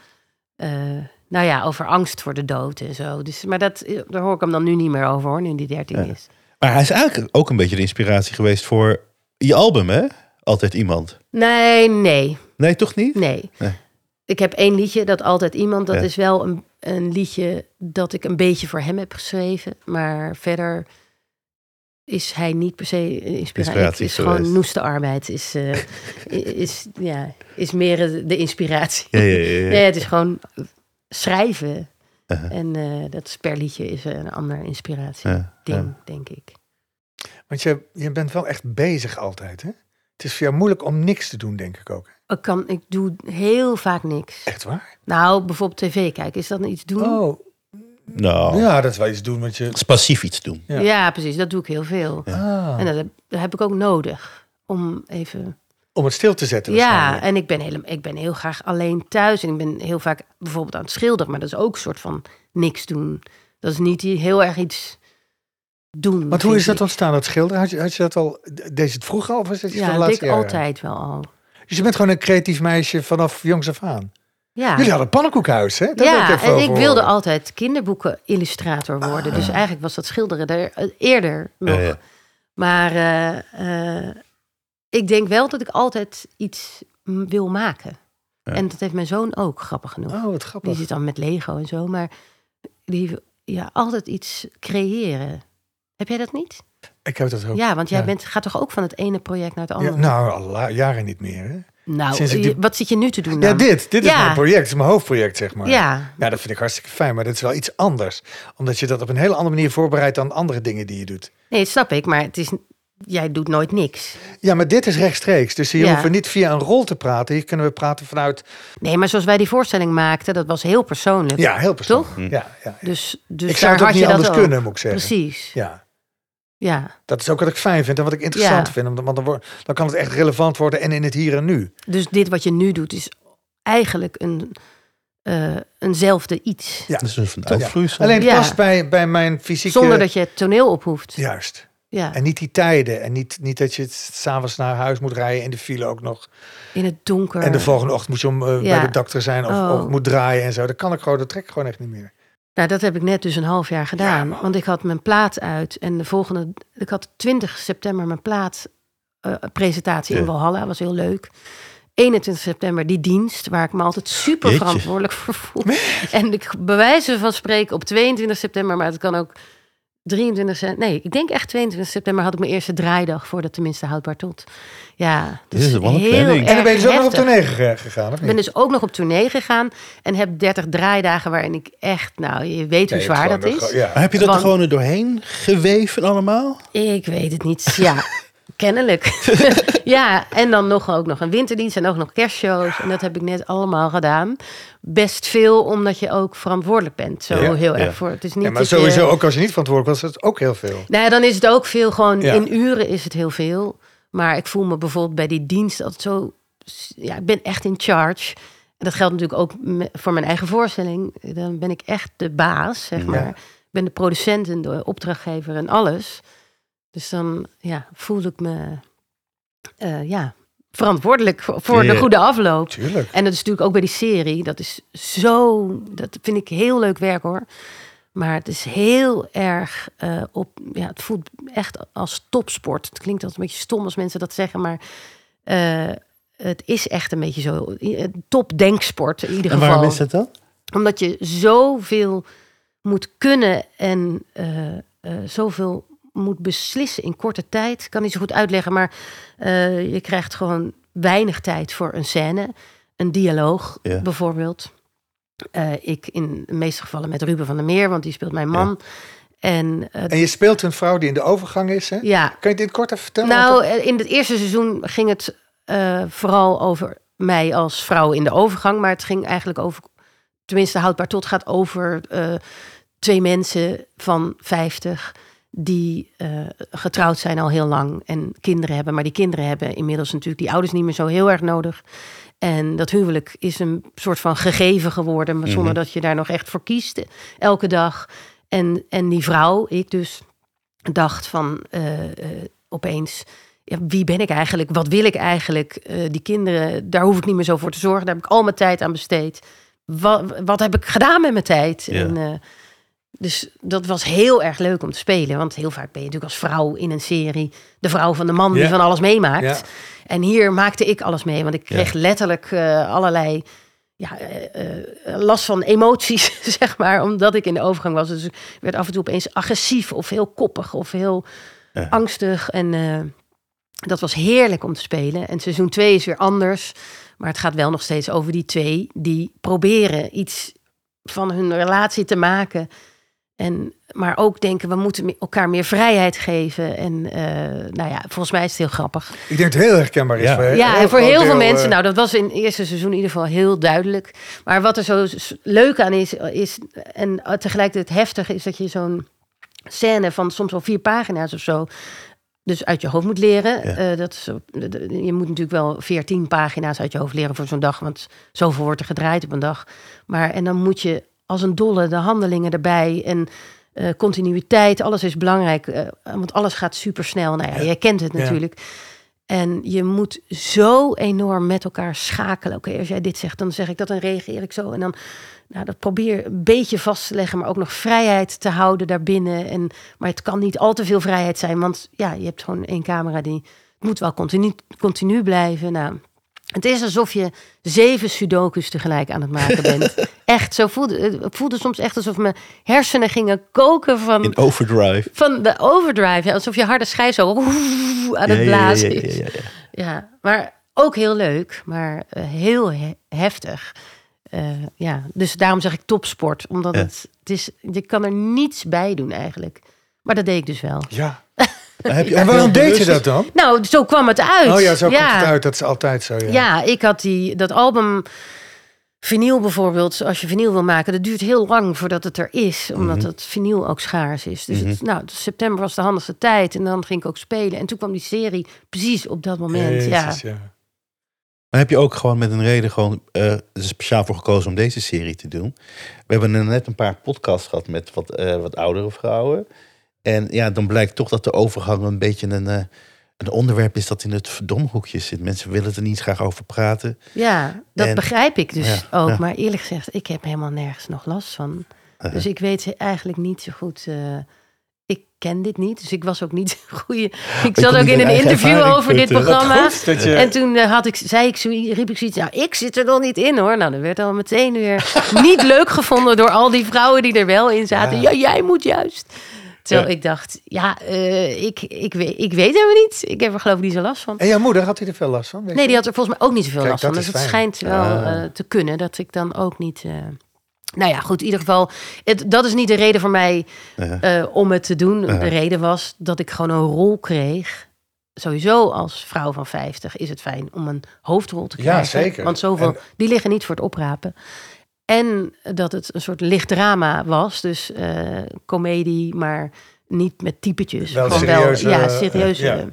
uh, uh, nou ja, over angst voor de dood en zo. Dus, maar dat, daar hoor ik hem dan nu niet meer over, hoor, nu die dertien ja. is. Maar hij is eigenlijk ook een beetje de inspiratie geweest voor je album, hè? Altijd Iemand. Nee, nee. Nee, toch niet? Nee. nee. Ik heb één liedje, dat Altijd Iemand. Dat ja. is wel een, een liedje dat ik een beetje voor hem heb geschreven. Maar verder is hij niet per se inspiratie. Inspiratie Het is geweest. gewoon noeste arbeid. Is, uh, is, ja, is meer de inspiratie. Ja, ja, ja, ja. Nee, het is gewoon schrijven. Uh-huh. En uh, dat sperliedje is een ander inspiratie Ja, ding, ja. denk ik. Want je, je bent wel echt bezig altijd, hè? Het is voor jou moeilijk om niks te doen, denk ik ook. Ik, kan, ik doe heel vaak niks. Echt waar? Nou, bijvoorbeeld tv kijken. Is dat nou iets doen? Oh, Nou, ja, dat is wel iets doen wat je... het is passief iets doen. Ja. Ja. precies. Dat doe ik heel veel. Ah, En dat heb, dat heb ik ook nodig. Om even... om het stil te zetten Ja, waarschijnlijk. en ik ben, helemaal, ik ben heel graag alleen thuis. En ik ben heel vaak bijvoorbeeld aan het schilderen. Maar dat is ook een soort van niks doen. Dat is niet heel erg iets doen. Want hoe vind is dat ik. ontstaan, dat schilderen? Had je, had je dat al... Deed je het vroeger al of is dat iets van Ja, de dat deed laatste ik jaren? altijd wel al. Dus je bent gewoon een creatief meisje vanaf jongs af aan. Ja. Jullie hadden een pannenkoekhuis, hè? Daar wil Ja, ik even en over ik wilde horen. altijd kinderboeken-illustrator worden. Ah. Dus eigenlijk was dat schilderen er eh, eerder nog. Ja, ja. Maar eh, eh, ik denk wel dat ik altijd iets m- wil maken. Ja. En dat heeft mijn zoon ook, grappig genoeg. Oh, wat Die grappig. zit dan met Lego en zo. Maar die ja, altijd iets creëren. Heb jij dat niet? Ik heb dat ook. Ja, want jij ja. bent, gaat toch ook van het ene project naar het Ja, andere? nou, al la- jaren niet meer, hè? nou, sinds ik die- je- wat zit je nu te doen dan? Ja, dit. Dit is Ja. mijn project. Het is mijn hoofdproject, zeg maar. Ja, Ja, dat vind ik hartstikke fijn. Maar dat is wel iets anders. Omdat je dat op een hele andere manier voorbereidt dan andere dingen die je doet. nee, dat snap ik. Maar het is, jij doet nooit niks. Ja, maar dit is rechtstreeks. Dus hier Ja. hoeven we niet via een rol te praten. Hier kunnen we praten vanuit... Nee, maar zoals wij die voorstelling maakten, dat was heel persoonlijk. Ja, heel persoonlijk. Toch? Ja, ja. Dus, dus Ik zou daar het ook had niet je dat anders ook. kunnen, moet ik zeggen. Precies. Ja. Ja. Dat is ook wat ik fijn vind en wat ik interessant Ja. vind. omdat- Want dan, wordt- dan kan het echt relevant worden en in het hier en nu. Dus dit wat je nu doet is eigenlijk een, eh, eenzelfde iets. Ja. Dat is een van Ja. uitvloeisel. Alleen het Ja. past bij, bij mijn fysieke... Zonder dat je het toneel op hoeft. Ja. Juist. En niet die tijden. En niet, niet dat je het s'avonds naar huis moet rijden in de file ook nog. In het donker. En de volgende ochtend moet je om eh, Ja. bij de dokter zijn of, Oh. of moet draaien en zo. Dat kan ik gewoon, dat trek ik gewoon echt niet meer. Nou, dat heb ik net dus een half jaar gedaan. man. want ik had mijn plaat uit. En de volgende... Ik had twintig september mijn plaat eh, presentatie in Ja. Walhalla. Was heel leuk. eenentwintig september die dienst, waar ik me altijd super Jeetje. verantwoordelijk voor voel. En ik bewijzen van spreken op tweeëntwintig september, maar het kan ook drieëntwintig september. Nee, ik denk echt tweeëntwintig september had ik mijn eerste draaidag voor dat tenminste houdbaar tot. Ja, Dit is wel een heel planning. En dan ben je erg dus ook nog op heftig. toneel gege- gegaan, of Ik ben niet? dus ook nog op tournee gegaan en heb dertig draaidagen waarin ik echt, nou, je weet hoe Nee, zwaar het dat gewoon is. nog- Ja. Maar heb je dat Want- er gewoon er doorheen geweven allemaal? Ik weet het niet. Ja, kennelijk. Ja, en dan nog ook nog een winterdienst en ook nog kerstshows. En dat heb ik net allemaal gedaan. Best veel, omdat je ook verantwoordelijk bent. Zo Ja, heel ja. erg voor. Het is niet Ja, maar dat je- sowieso, ook als je niet verantwoordelijk was, is het ook heel veel. Nou ja, dan is het ook veel gewoon... Ja. In uren is het heel veel. Maar ik voel me bijvoorbeeld bij die dienst altijd zo... Ja, ik ben echt in charge. En dat geldt natuurlijk ook me- voor mijn eigen voorstelling. Dan ben ik echt de baas, zeg Ja. maar. Ik ben de producent en de opdrachtgever en alles. Dus dan ja, voel ik me eh, ja, verantwoordelijk voor, voor Ja. de goede afloop. Tuurlijk. En dat is natuurlijk ook bij die serie. Dat is zo... Dat vind ik heel leuk werk, hoor. Maar het is heel erg eh, op... Ja, het voelt echt als topsport. Het klinkt altijd een beetje stom als mensen dat zeggen, maar... eh, het is echt een beetje zo. eh, Topdenksport in ieder En geval. waarom is dat dan? Omdat je zoveel moet kunnen en eh, eh, zoveel moet beslissen in korte tijd. Ik kan niet zo goed uitleggen, maar eh, je krijgt gewoon weinig tijd voor een scène. Een dialoog Ja. bijvoorbeeld. Eh, ik in de meeste gevallen met Ruben van der Meer, want die speelt mijn man. En eh, En je speelt een vrouw die in de overgang is, hè? ja, Kan je het in het kort even vertellen? nou, Want eh, in het eerste seizoen ging het eh, vooral over mij als vrouw in de overgang. Maar het ging eigenlijk over, tenminste houdbaar tot, gaat over eh, twee mensen van vijftig die eh, getrouwd zijn al heel lang en kinderen hebben. Maar die kinderen hebben inmiddels natuurlijk die ouders niet meer zo heel erg nodig. En dat huwelijk is een soort van gegeven geworden, maar zonder Mhm. dat je daar nog echt voor kiest elke dag. En, en die vrouw, ik dus, dacht van eh, eh, opeens, ja, wie ben ik eigenlijk? Wat wil ik eigenlijk? Eh, die kinderen, daar hoef ik niet meer zo voor te zorgen. Daar heb ik al mijn tijd aan besteed. Wat, wat heb ik gedaan met mijn tijd? Ja. En, eh, dus dat was heel erg leuk om te spelen. Want heel vaak ben je natuurlijk als vrouw in een serie de vrouw van de man die Ja. van alles meemaakt. Ja. En hier maakte ik alles mee. Want ik kreeg Ja. letterlijk eh, allerlei ja, eh, eh, last van emoties, zeg maar. Omdat ik in de overgang was. Dus ik werd af en toe opeens agressief of heel koppig of heel Ja. angstig. En uh, dat was heerlijk om te spelen. En seizoen twee is weer anders. Maar het gaat wel nog steeds over die twee die proberen iets van hun relatie te maken. En, maar ook denken, we moeten elkaar meer vrijheid geven. En uh, nou ja, volgens mij is het heel grappig. Ik denk dat het heel herkenbaar is. Ja, voor ja heel en voor heel deel, veel mensen. Uh... Nou, dat was in het eerste seizoen in ieder geval heel duidelijk. Maar wat er zo leuk aan is, is en tegelijkertijd heftig, is dat je zo'n scène van soms wel vier pagina's of zo dus uit je hoofd moet leren. Ja. Uh, dat is, je moet natuurlijk wel veertien pagina's uit je hoofd leren voor zo'n dag, want zoveel wordt er gedraaid op een dag. Maar en dan moet je als een dolle de handelingen erbij en uh, continuïteit, alles is belangrijk, uh, want alles gaat supersnel. Nou ja, ja. Jij kent het natuurlijk. Ja. En je moet zo enorm met elkaar schakelen. Oké, okay, als jij dit zegt, dan zeg ik dat, dan reageer ik zo. En dan, nou, dat probeer een beetje vast te leggen, maar ook nog vrijheid te houden daarbinnen. En, maar het kan niet al te veel vrijheid zijn, want ja, je hebt gewoon één camera die het moet wel continu, continu blijven. Nou, het is alsof je zeven sudokus tegelijk aan het maken bent. Echt, zo voelde het voelde soms echt alsof mijn hersenen gingen koken van in overdrive. Van de overdrive, ja, alsof je harde schijf zo aan het ja, blazen ja, ja, is. ja, ja, ja. Ja, maar ook heel leuk, maar uh, heel he- heftig. Uh, ja, dus daarom zeg ik topsport, omdat ja. het, het is, je kan er niets bij doen eigenlijk. Maar dat deed ik dus wel. Ja. Heb je, en waarom deed je dat dan? Nou, zo kwam het uit. Oh ja, zo ja. komt het uit. Dat is altijd zo. Ja, ja ik had die, dat album vinyl bijvoorbeeld. Als je vinyl wil maken, dat duurt heel lang voordat het er is. Omdat mm-hmm. het vinyl ook schaars is. Dus mm-hmm. het, nou, september was de handigste tijd. En dan ging ik ook spelen. En toen kwam die serie precies op dat moment. Jezus, ja. ja. Maar heb je ook gewoon met een reden gewoon uh, speciaal voor gekozen om deze serie te doen? We hebben net een paar podcasts gehad met wat, uh, wat oudere vrouwen. En ja, dan blijkt toch dat de overgang een beetje een, uh, een onderwerp is dat in het verdomhoekje zit. Mensen willen er niet graag over praten. Ja, dat en, begrijp ik dus ja, ook. Ja. Maar eerlijk gezegd, ik heb helemaal nergens nog last van. Uh-huh. Dus ik weet eigenlijk niet zo goed. Uh, ik ken dit niet, dus ik was ook niet goede. Ik zat ook in een interview over dit programma. Goed, je... En toen uh, had ik, zei ik, zo, riep ik zoiets. Nou, ik zit er nog niet in, hoor. Nou, dat werd al meteen weer niet leuk gevonden door al die vrouwen die er wel in zaten. Ja, ja jij moet juist. Terwijl ja. ik dacht, ja, uh, ik, ik, weet, ik weet helemaal niet. Ik heb er geloof ik niet zo last van. En jouw moeder, had hij er veel last van? Nee, die had er volgens mij ook niet zoveel Kijk, last van. Dus het fijn. schijnt wel uh, te kunnen dat ik dan ook niet... Uh... Nou ja, goed, in ieder geval, het, dat is niet de reden voor mij uh, uh, om het te doen. Uh. De reden was dat ik gewoon een rol kreeg. Sowieso als vrouw van vijftig is het fijn om een hoofdrol te krijgen. Ja, zeker. Want zoveel, en... die liggen niet voor het oprapen. En dat het een soort licht drama was. Dus uh, komedie, maar niet met typetjes. Wel Gewoon serieuze. Wel, ja, serieuze. Uh, ja.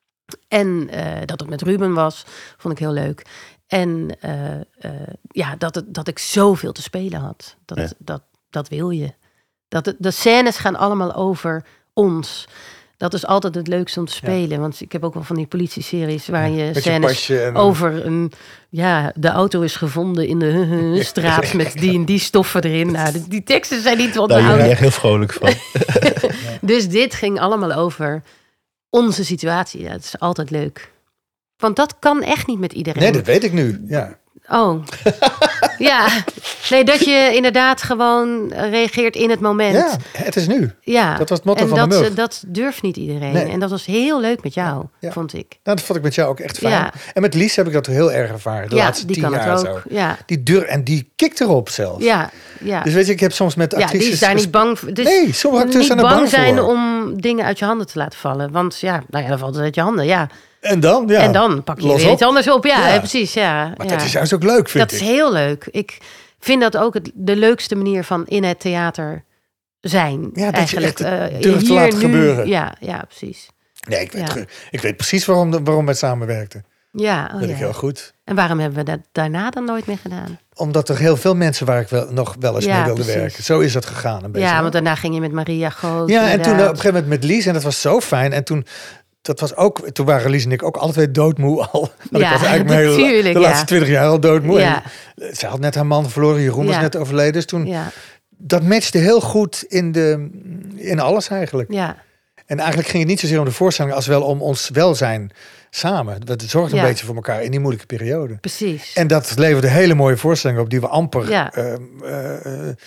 En uh, dat het met Ruben was, vond ik heel leuk. En uh, uh, ja, dat, het, dat ik zoveel te spelen had. Dat, ja. dat, dat wil je. Dat het, de scènes gaan allemaal over ons. Dat is altijd het leukste om te spelen. Ja. Want ik heb ook wel van die politie-series waar je met scènes je en... over een... Ja, de auto is gevonden in de straat met die en die stoffen erin. Nou, die, die teksten zijn niet te onthouden. Daar ben je echt heel vrolijk van. ja. Dus dit ging allemaal over onze situatie. Ja, het is altijd leuk. Want dat kan echt niet met iedereen. Nee, dat weet ik nu. Ja. Oh. ja. Nee, dat je inderdaad gewoon reageert in het moment. Ja, het is nu. Ja. Dat was het motto en van dat, de mug. dat durft niet iedereen. Nee. En dat was heel leuk met jou, ja. vond ik. Nou, dat vond ik met jou ook echt fijn. Ja. En met Lies heb ik dat heel erg ervaren. De ja, laatste die tien kan jaar het ook. Zo. Ja. Die deur en die kikt erop zelfs. Ja, ja. Dus weet je, ik heb soms met actrices... Ja, die is daar niet bang voor. Dus nee, sommige actrices zijn er bang, bang zijn voor. om dingen uit je handen te laten vallen. Want ja, nou ja, dan valt het uit je handen, ja. En dan, ja. En dan pak je Los weer op. iets anders op. Ja, ja. ja precies. Ja, maar ja. dat is juist ook leuk, vind dat ik. Dat is heel leuk. Ik vind dat ook het, de leukste manier van in het theater zijn. Ja, dat eigenlijk. je echt uh, durft te laten nu, gebeuren. Ja, ja, precies. Nee, ik weet, ja. ik weet precies waarom, waarom we samenwerkten. Ja, oh dat weet ja. ik heel goed. En waarom hebben we dat daarna dan nooit meer gedaan? Omdat er heel veel mensen waar ik wel, nog wel eens ja, mee wilde precies. werken. Zo is dat gegaan een beetje. Ja, want daarna ging je met Maria Goot. Ja, inderdaad. en toen op een gegeven moment met Lies. En dat was zo fijn. En toen... Dat was ook, toen waren Lies en ik ook alle twee doodmoe al. Want ja, ik was eigenlijk hele, tuurlijk, de ja. laatste twintig jaar al doodmoe. Ja. En ze had net haar man verloren, Jeroen ja. was net overleden. Dus toen, ja. dat matchte heel goed in, de, in alles eigenlijk. Ja. En eigenlijk ging het niet zozeer om de voorstelling als wel om ons welzijn samen. Dat zorgde ja. een beetje voor elkaar in die moeilijke periode. Precies. En dat leverde hele mooie voorstellingen op die we amper... Ja. Uh, uh, uh,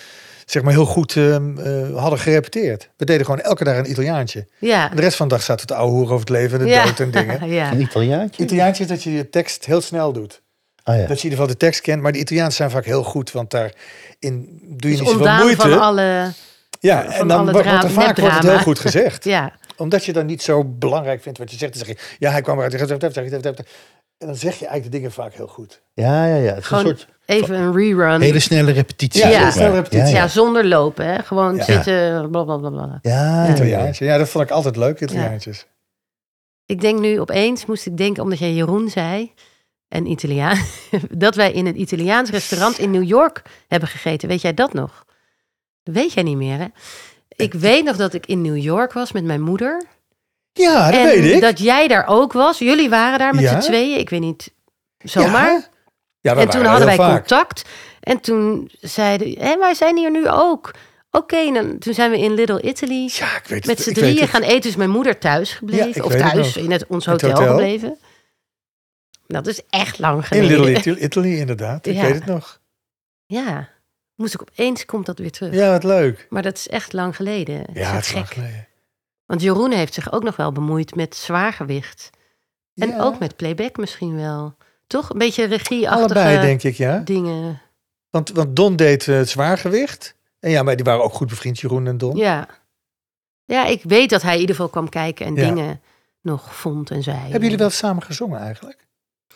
zeg maar heel goed uh, uh, hadden gerepeteerd. We deden gewoon elke dag een Italiaantje. Ja. En de rest van de dag zaten we te ouwe hoeren over het leven en de Ja. dood en dingen. ja. Een Italiaantje? Italiaantje is dat je je tekst heel snel doet. Ah, ja. Dat je in ieder geval de tekst kent. Maar de Italiaanse zijn vaak heel goed, want daarin doe je Dus niet zoveel ontdaan moeite. van alle... ja, van en dan alle wordt er dra- vaak wordt het heel nepdrama. goed gezegd. Ja, Omdat je dan niet zo belangrijk vindt wat je zegt. Dan zeg je, ja, hij kwam eruit. En dan zeg je eigenlijk de dingen vaak heel goed. Ja, ja, ja. Het is Gewoon een soort even een rerun. hele snelle repetitie. Ja, Ja. hele zeg snelle maar. repetitie. Ja, Ja, ja. zonder lopen, hè. Gewoon Ja. zitten, blablabla. Ja, ja. Italiaantje. Ja, dat vond ik altijd leuk, Italiaantjes. Ik denk nu opeens, moest ik denken, omdat jij Jeroen zei, en Italiaan, dat wij in een Italiaans restaurant in New York hebben gegeten. Weet jij dat nog? Dat weet jij niet meer, hè? Ik weet nog dat ik in New York was met mijn moeder. Ja, dat en weet ik. dat jij daar ook was. Jullie waren daar met Ja? z'n tweeën. Ik weet niet, zomaar. Ja, ja, we En toen waren hadden wij heel vaak. contact. En toen zeiden, hé, wij zijn hier nu ook. Oké, en dan- toen zijn we in Little Italy Ja, ik weet met het. z'n ik weet drieën het. gaan eten. Dus mijn moeder thuis Ja, gebleven. ik of weet het thuis, nog. in het, ons In het hotel, hotel. gebleven. Dat is echt lang In geleden. Little Italy, Italy, inderdaad. Ik Ja. weet het nog. Ja, moest ik opeens, komt dat weer terug. Ja, wat leuk. Maar dat is echt lang geleden. Het is Ja, het echt is lang gek. geleden. Want Jeroen heeft zich ook nog wel bemoeid met zwaargewicht. En Ja. ook met playback misschien wel. Toch? Een beetje regieachtige Allebei, denk ik, ja. dingen. Want, want Don deed uh, het zwaargewicht. En ja, maar die waren ook goed bevriend, Jeroen en Don. Ja. Ja, ik weet dat hij in ieder geval kwam kijken en Ja. dingen nog vond en zei. Hebben jullie wel samen gezongen eigenlijk?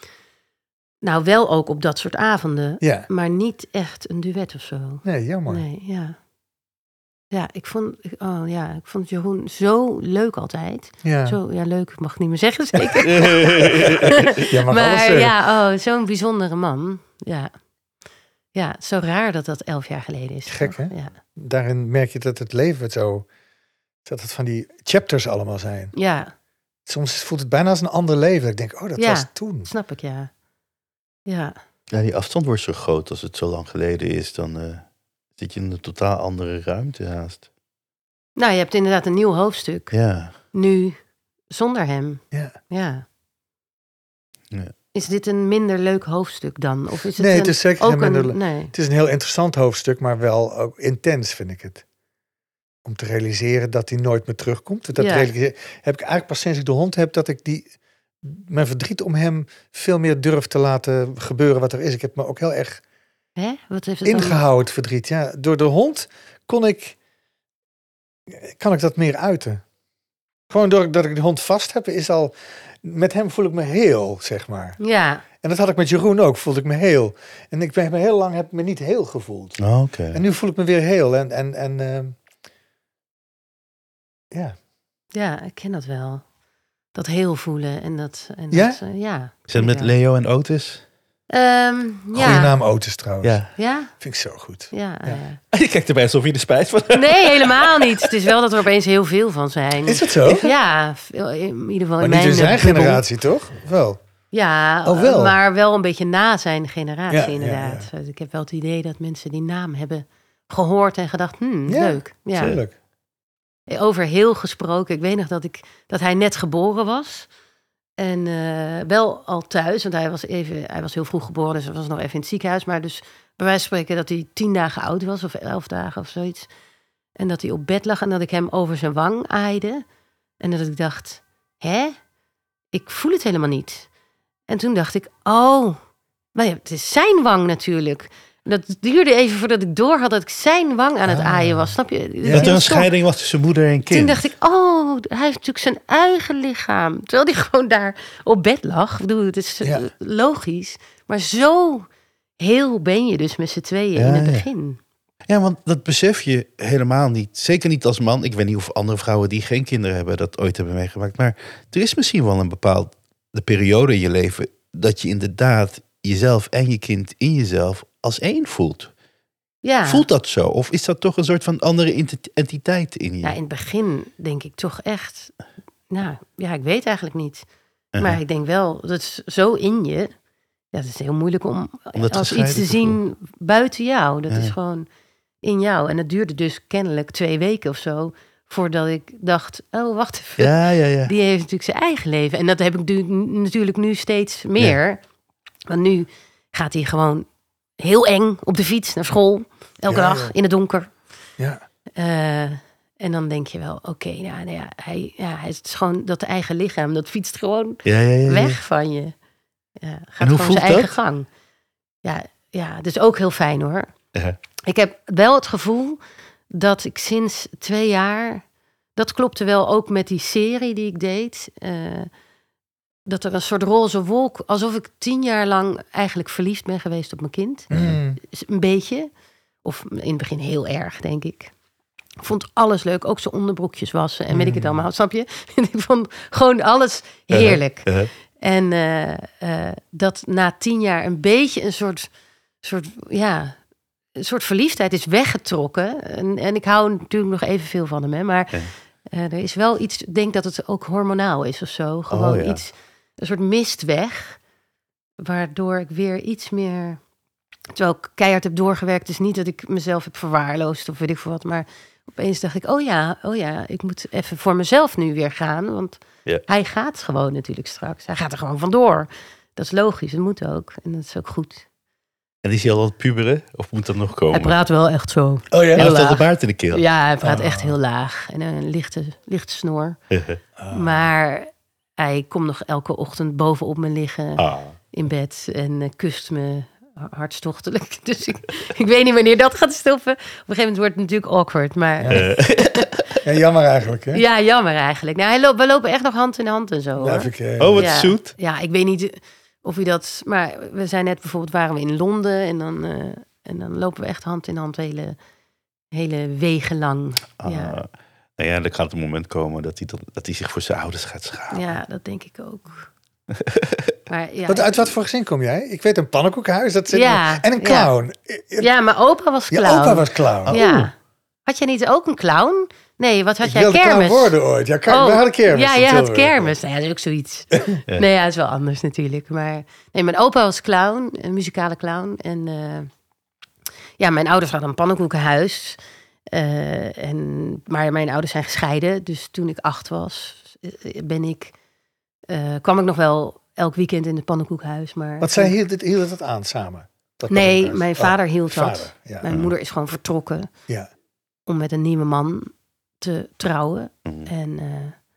Nou, wel ook op dat soort avonden. Ja. Maar niet echt een duet of zo. Nee, jammer. Nee, ja. Ja, ik vond, oh ja, ik vond Jeroen zo leuk altijd. Ja. Zo, ja, leuk, ik mag het niet meer zeggen zeker. Jij mag alles maar zeggen. ja, oh, zo'n bijzondere man. Ja. Ja, zo raar dat dat elf jaar geleden is. Gek, toch? hè? Ja. Daarin merk je dat het leven zo... dat het van die chapters allemaal zijn. Ja, Soms voelt het bijna als een ander leven. Ik denk, oh, dat Ja. was toen. snap ik, ja. Ja, Ja, die afstand wordt zo groot als het zo lang geleden is. Dan uh, zit je in een totaal andere ruimte haast. nou, je hebt inderdaad een nieuw hoofdstuk. Ja. Nu, zonder hem. Ja. Ja. Ja. Is dit een minder leuk hoofdstuk dan? Of is het Nee, een, het is zeker ook geen minder een, le- nee. Het is een heel interessant hoofdstuk, maar wel ook intens, vind ik het. Om te realiseren dat hij nooit meer terugkomt. Dat Ja. realiseer- heb ik eigenlijk pas sinds ik de hond heb, dat ik die, mijn verdriet om hem veel meer durf te laten gebeuren wat er is. Ik heb me ook heel erg Hè? Wat heeft het dan? ingehouden, het verdriet. Ja, door de hond kon ik, kan ik dat meer uiten. Gewoon doordat ik de hond vast heb, is al, met hem voel ik me heel, zeg maar. Ja, En dat had ik met Jeroen ook, voelde ik me heel. En ik ben me heel lang heb ik me niet heel gevoeld. Oh, oké. En nu voel ik me weer heel. En, en, en uh, ja. ja, ik ken dat wel. Dat heel voelen en dat... En Ja? dat, uh, ja. Is het met Ja. Leo en Otis? Ehm, Goeie ja. naam Otis trouwens. Ja. Ja? Vind ik zo goed. Ja, Ja. ja. Je kijkt erbij alsof je er spijt van hebt. Nee, helemaal niet. Het is wel dat er opeens heel veel van zijn. Is dat zo? Ja, veel- in ieder geval Maar in niet mijn in zijn bubbel. generatie, toch? Wel. Ja, Oh, wel. maar wel een beetje na zijn generatie Ja, ja, inderdaad. Ik heb wel het idee dat mensen die naam hebben gehoord en gedacht, hmm, Ja, leuk. Ja. Tuurlijk. Over heel gesproken. Ik weet nog dat, ik, dat hij net geboren was. En uh, wel al thuis, want hij was, even, hij was heel vroeg geboren, dus hij was nog even in het ziekenhuis. Maar dus bij wijze van spreken dat hij tien dagen oud was, of elf dagen of zoiets. En dat hij op bed lag en dat ik hem over zijn wang aaide. En dat ik dacht, hè? Ik voel het helemaal niet. En toen dacht ik, oh, maar ja, het is zijn wang natuurlijk. Dat duurde even voordat ik door had dat ik zijn wang aan het Ah. aaien was. Snap je? Dat is Dat er heel een stom. scheiding was tussen moeder en kind. Toen dacht ik, oh, hij heeft natuurlijk zijn eigen lichaam. Terwijl hij gewoon daar op bed lag. Ik bedoel, het is Ja. uh, logisch. Maar zo heel ben je dus met z'n tweeën Ja, in het ja. begin. Ja, want dat besef je helemaal niet. Zeker niet als man. Ik weet niet of andere vrouwen die geen kinderen hebben dat ooit hebben meegemaakt. Maar er is misschien wel een bepaalde periode in je leven dat je inderdaad jezelf en je kind in jezelf als één voelt. Ja. Voelt dat zo? Of is dat toch een soort van andere enti- entiteit in je? Ja, in het begin denk ik toch echt... Nou, ja, ik weet eigenlijk niet. Uh-huh. Maar ik denk wel, dat is zo in je... Ja, het is heel moeilijk om, Om dat als iets te gescheiden te zien buiten jou. Dat Ja. is gewoon in jou. En het duurde dus kennelijk twee weken of zo... voordat ik dacht, oh, wacht even. Ja, ja, ja. Die heeft natuurlijk zijn eigen leven. En dat heb ik nu, natuurlijk nu steeds meer. Want nu gaat hij gewoon heel eng op de fiets naar school. Elke Ja, dag joh. in het donker. Ja. Uh, en dan denk je wel, oké, okay, nou, nou ja, hij, ja, hij is gewoon dat eigen lichaam, dat fietst gewoon ja, ja, ja. weg van je. Ja, gaat en hoe gewoon zijn eigen dat? gang. Ja, ja, het is ook heel fijn hoor. Uh-huh. Ik heb wel het gevoel dat ik sinds twee jaar, dat klopte wel ook met die serie die ik deed, uh, dat er een soort roze wolk, alsof ik tien jaar lang eigenlijk verliefd ben geweest op mijn kind. Mm. Een beetje. Of in het begin heel erg, denk ik. Ik vond alles leuk, ook zijn onderbroekjes wassen en weet ik het allemaal, snap je? Ik vond gewoon alles heerlijk. Uh-huh. Uh-huh. En uh, uh, dat na tien jaar een beetje een soort, soort, ja, een soort verliefdheid is weggetrokken. En, en ik hou natuurlijk nog evenveel van hem, hè, maar uh, er is wel iets, ik denk dat het ook hormonaal is of zo. Gewoon oh, ja. iets, een soort mist weg, waardoor ik weer iets meer, terwijl ik keihard heb doorgewerkt, is niet dat ik mezelf heb verwaarloosd of weet ik veel wat, maar opeens dacht ik, oh ja, oh ja, ik moet even voor mezelf nu weer gaan. Want ja. hij gaat gewoon natuurlijk straks. Hij gaat er gewoon vandoor. Dat is logisch, dat moet ook. En dat is ook goed. En is hij al aan het puberen? Of moet dat nog komen? Hij praat wel echt zo. Oh ja, hij heeft al de baard in de keel. Ja, hij praat oh. echt heel laag. En een lichte, lichte snor. oh. Maar hij komt nog elke ochtend bovenop me liggen. Ah. In bed. En uh, kust me hartstochtelijk. Dus ik, ik weet niet wanneer dat gaat stoppen. Op een gegeven moment wordt het natuurlijk awkward. Maar... Ja. Ja, jammer eigenlijk, hè? Ja, jammer eigenlijk. Nou, hij loopt, we lopen echt nog hand in hand en zo. Hoor. Ik, uh, oh, wat ja. zoet. Ja, ik weet niet of u dat... Maar we zijn net bijvoorbeeld, waren we in Londen... en dan, uh, en dan lopen we echt hand in hand hele, hele wegen lang. Ah, ja. Nou ja, er gaat een moment komen dat hij, dat, dat hij zich voor zijn ouders gaat schamen. Ja, dat denk ik ook. Maar, ja, wat, uit wat voor gezin kom jij? Ik weet een pannenkoekhuis dat zit ja, in, en een clown. Ja, ja, mijn opa was clown. Je opa was clown. Oh. Ja. Had jij niet ook een clown? Nee, wat had ik jij? Kermis? Ik wilde clown worden ooit. Ja, oh. we hadden kermis. Ja, jij had kermis. Nou, ja, dat is ook zoiets. ja. Nee, ja, dat is wel anders natuurlijk. Maar nee, mijn opa was clown, een muzikale clown. En uh, ja, mijn ouders hadden een pannenkoekenhuis. Uh, en, maar mijn ouders zijn gescheiden. Dus toen ik acht was, ben ik, uh, kwam ik nog wel elk weekend in het pannenkoekhuis. Maar wat zij hield het, hield het aan samen? Dat nee, mijn vader oh, hield vader, dat. Ja. Mijn moeder is gewoon vertrokken ja. om met een nieuwe man te trouwen. Mm. En uh,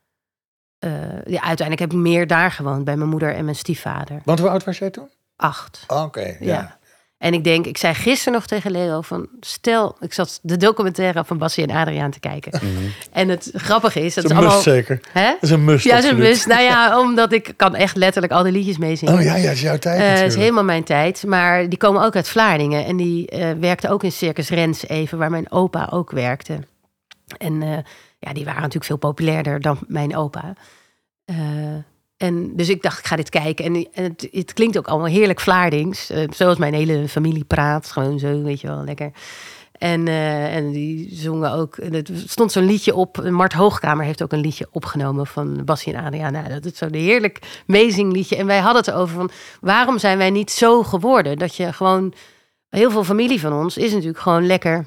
uh, ja, uiteindelijk heb ik meer daar gewoond bij mijn moeder en mijn stiefvader. Want hoe oud was jij toen? Acht. Oh, Oké, okay, ja. ja. En ik denk, ik zei gisteren nog tegen Leo van, stel, ik zat de documentaire van Bassie en Adriaan te kijken. Mm-hmm. En het grappige is, dat, dat is is een allemaal... must zeker. Hè? Dat is een must. Ja, dat is een must. Nou ja, omdat ik kan echt letterlijk al die liedjes meezingen. Oh ja, ja, dat is jouw tijd Het uh, is natuurlijk. helemaal mijn tijd. Maar die komen ook uit Vlaardingen. En die uh, werkten ook in Circus Rens even, waar mijn opa ook werkte. En uh, ja, die waren natuurlijk veel populairder dan mijn opa. Uh, En dus ik dacht, ik ga dit kijken. En, en het, het klinkt ook allemaal heerlijk Vlaardings. Uh, zoals mijn hele familie praat. Gewoon zo, weet je wel, lekker. En, uh, en die zongen ook... Er stond zo'n liedje op. Mart Hoogkamer heeft ook een liedje opgenomen van Bassie en Adriaan. Nou, dat is zo'n heerlijk amazing liedje. En wij hadden het over van... waarom zijn wij niet zo geworden? Dat je gewoon... Heel veel familie van ons is natuurlijk gewoon lekker...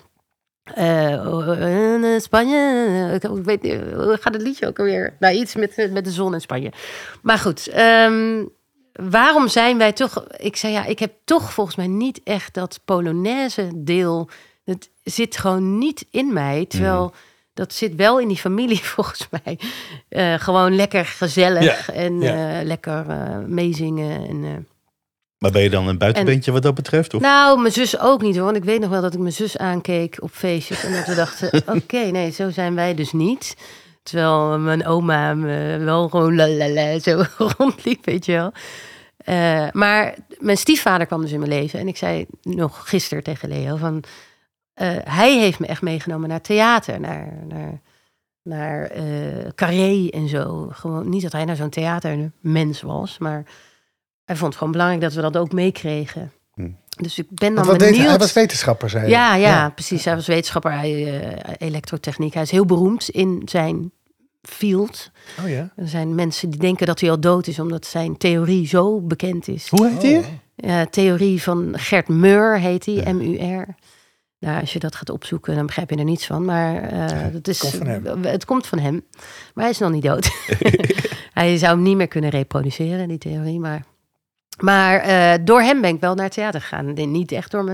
Uh, in Spanje, ik weet niet, hoe gaat het liedje ook alweer? Nou, iets met, met de zon in Spanje. Maar goed, um, waarom zijn wij toch... Ik zei ja, ik heb toch volgens mij niet echt dat Polonaise deel... Het zit gewoon niet in mij, terwijl... Mm. Dat zit wel in die familie volgens mij. Uh, gewoon lekker gezellig ja, en ja. Uh, lekker uh, meezingen en... Uh, Maar ben je dan een buitenbeentje en, wat dat betreft? Of? Nou, mijn zus ook niet hoor. Want ik weet nog wel dat ik mijn zus aankeek op feestjes. En dat we dachten, oké, okay, nee, zo zijn wij dus niet. Terwijl mijn oma me wel gewoon lalala zo rondliep, weet je wel. Uh, maar mijn stiefvader kwam dus in mijn leven. En ik zei nog gisteren tegen Leo van... Uh, hij heeft me echt meegenomen naar theater. Naar, naar, naar uh, Carré en zo. Gewoon, niet dat hij nou zo'n theatermens was, maar... Hij vond het gewoon belangrijk dat we dat ook meekregen. Hm. Dus ik ben dan wat benieuwd. Deed hij? hij was wetenschapper, zei je? Ja, ja, ja, precies. Hij was wetenschapper, hij, uh, elektrotechniek. Hij is heel beroemd in zijn field. Oh ja? Er zijn mensen die denken dat hij al dood is... omdat zijn theorie zo bekend is. Hoe heet hij? Oh. Ja, theorie van Gert Meur heet hij, ja. M U R. Nou, als je dat gaat opzoeken, dan begrijp je er niets van. Maar uh, ja, dat is, het komt van hem. Het komt van hem. Maar hij is nog niet dood. Hij zou hem niet meer kunnen reproduceren, die theorie, maar... Maar uh, door hem ben ik wel naar het theater gegaan. Niet echt door mijn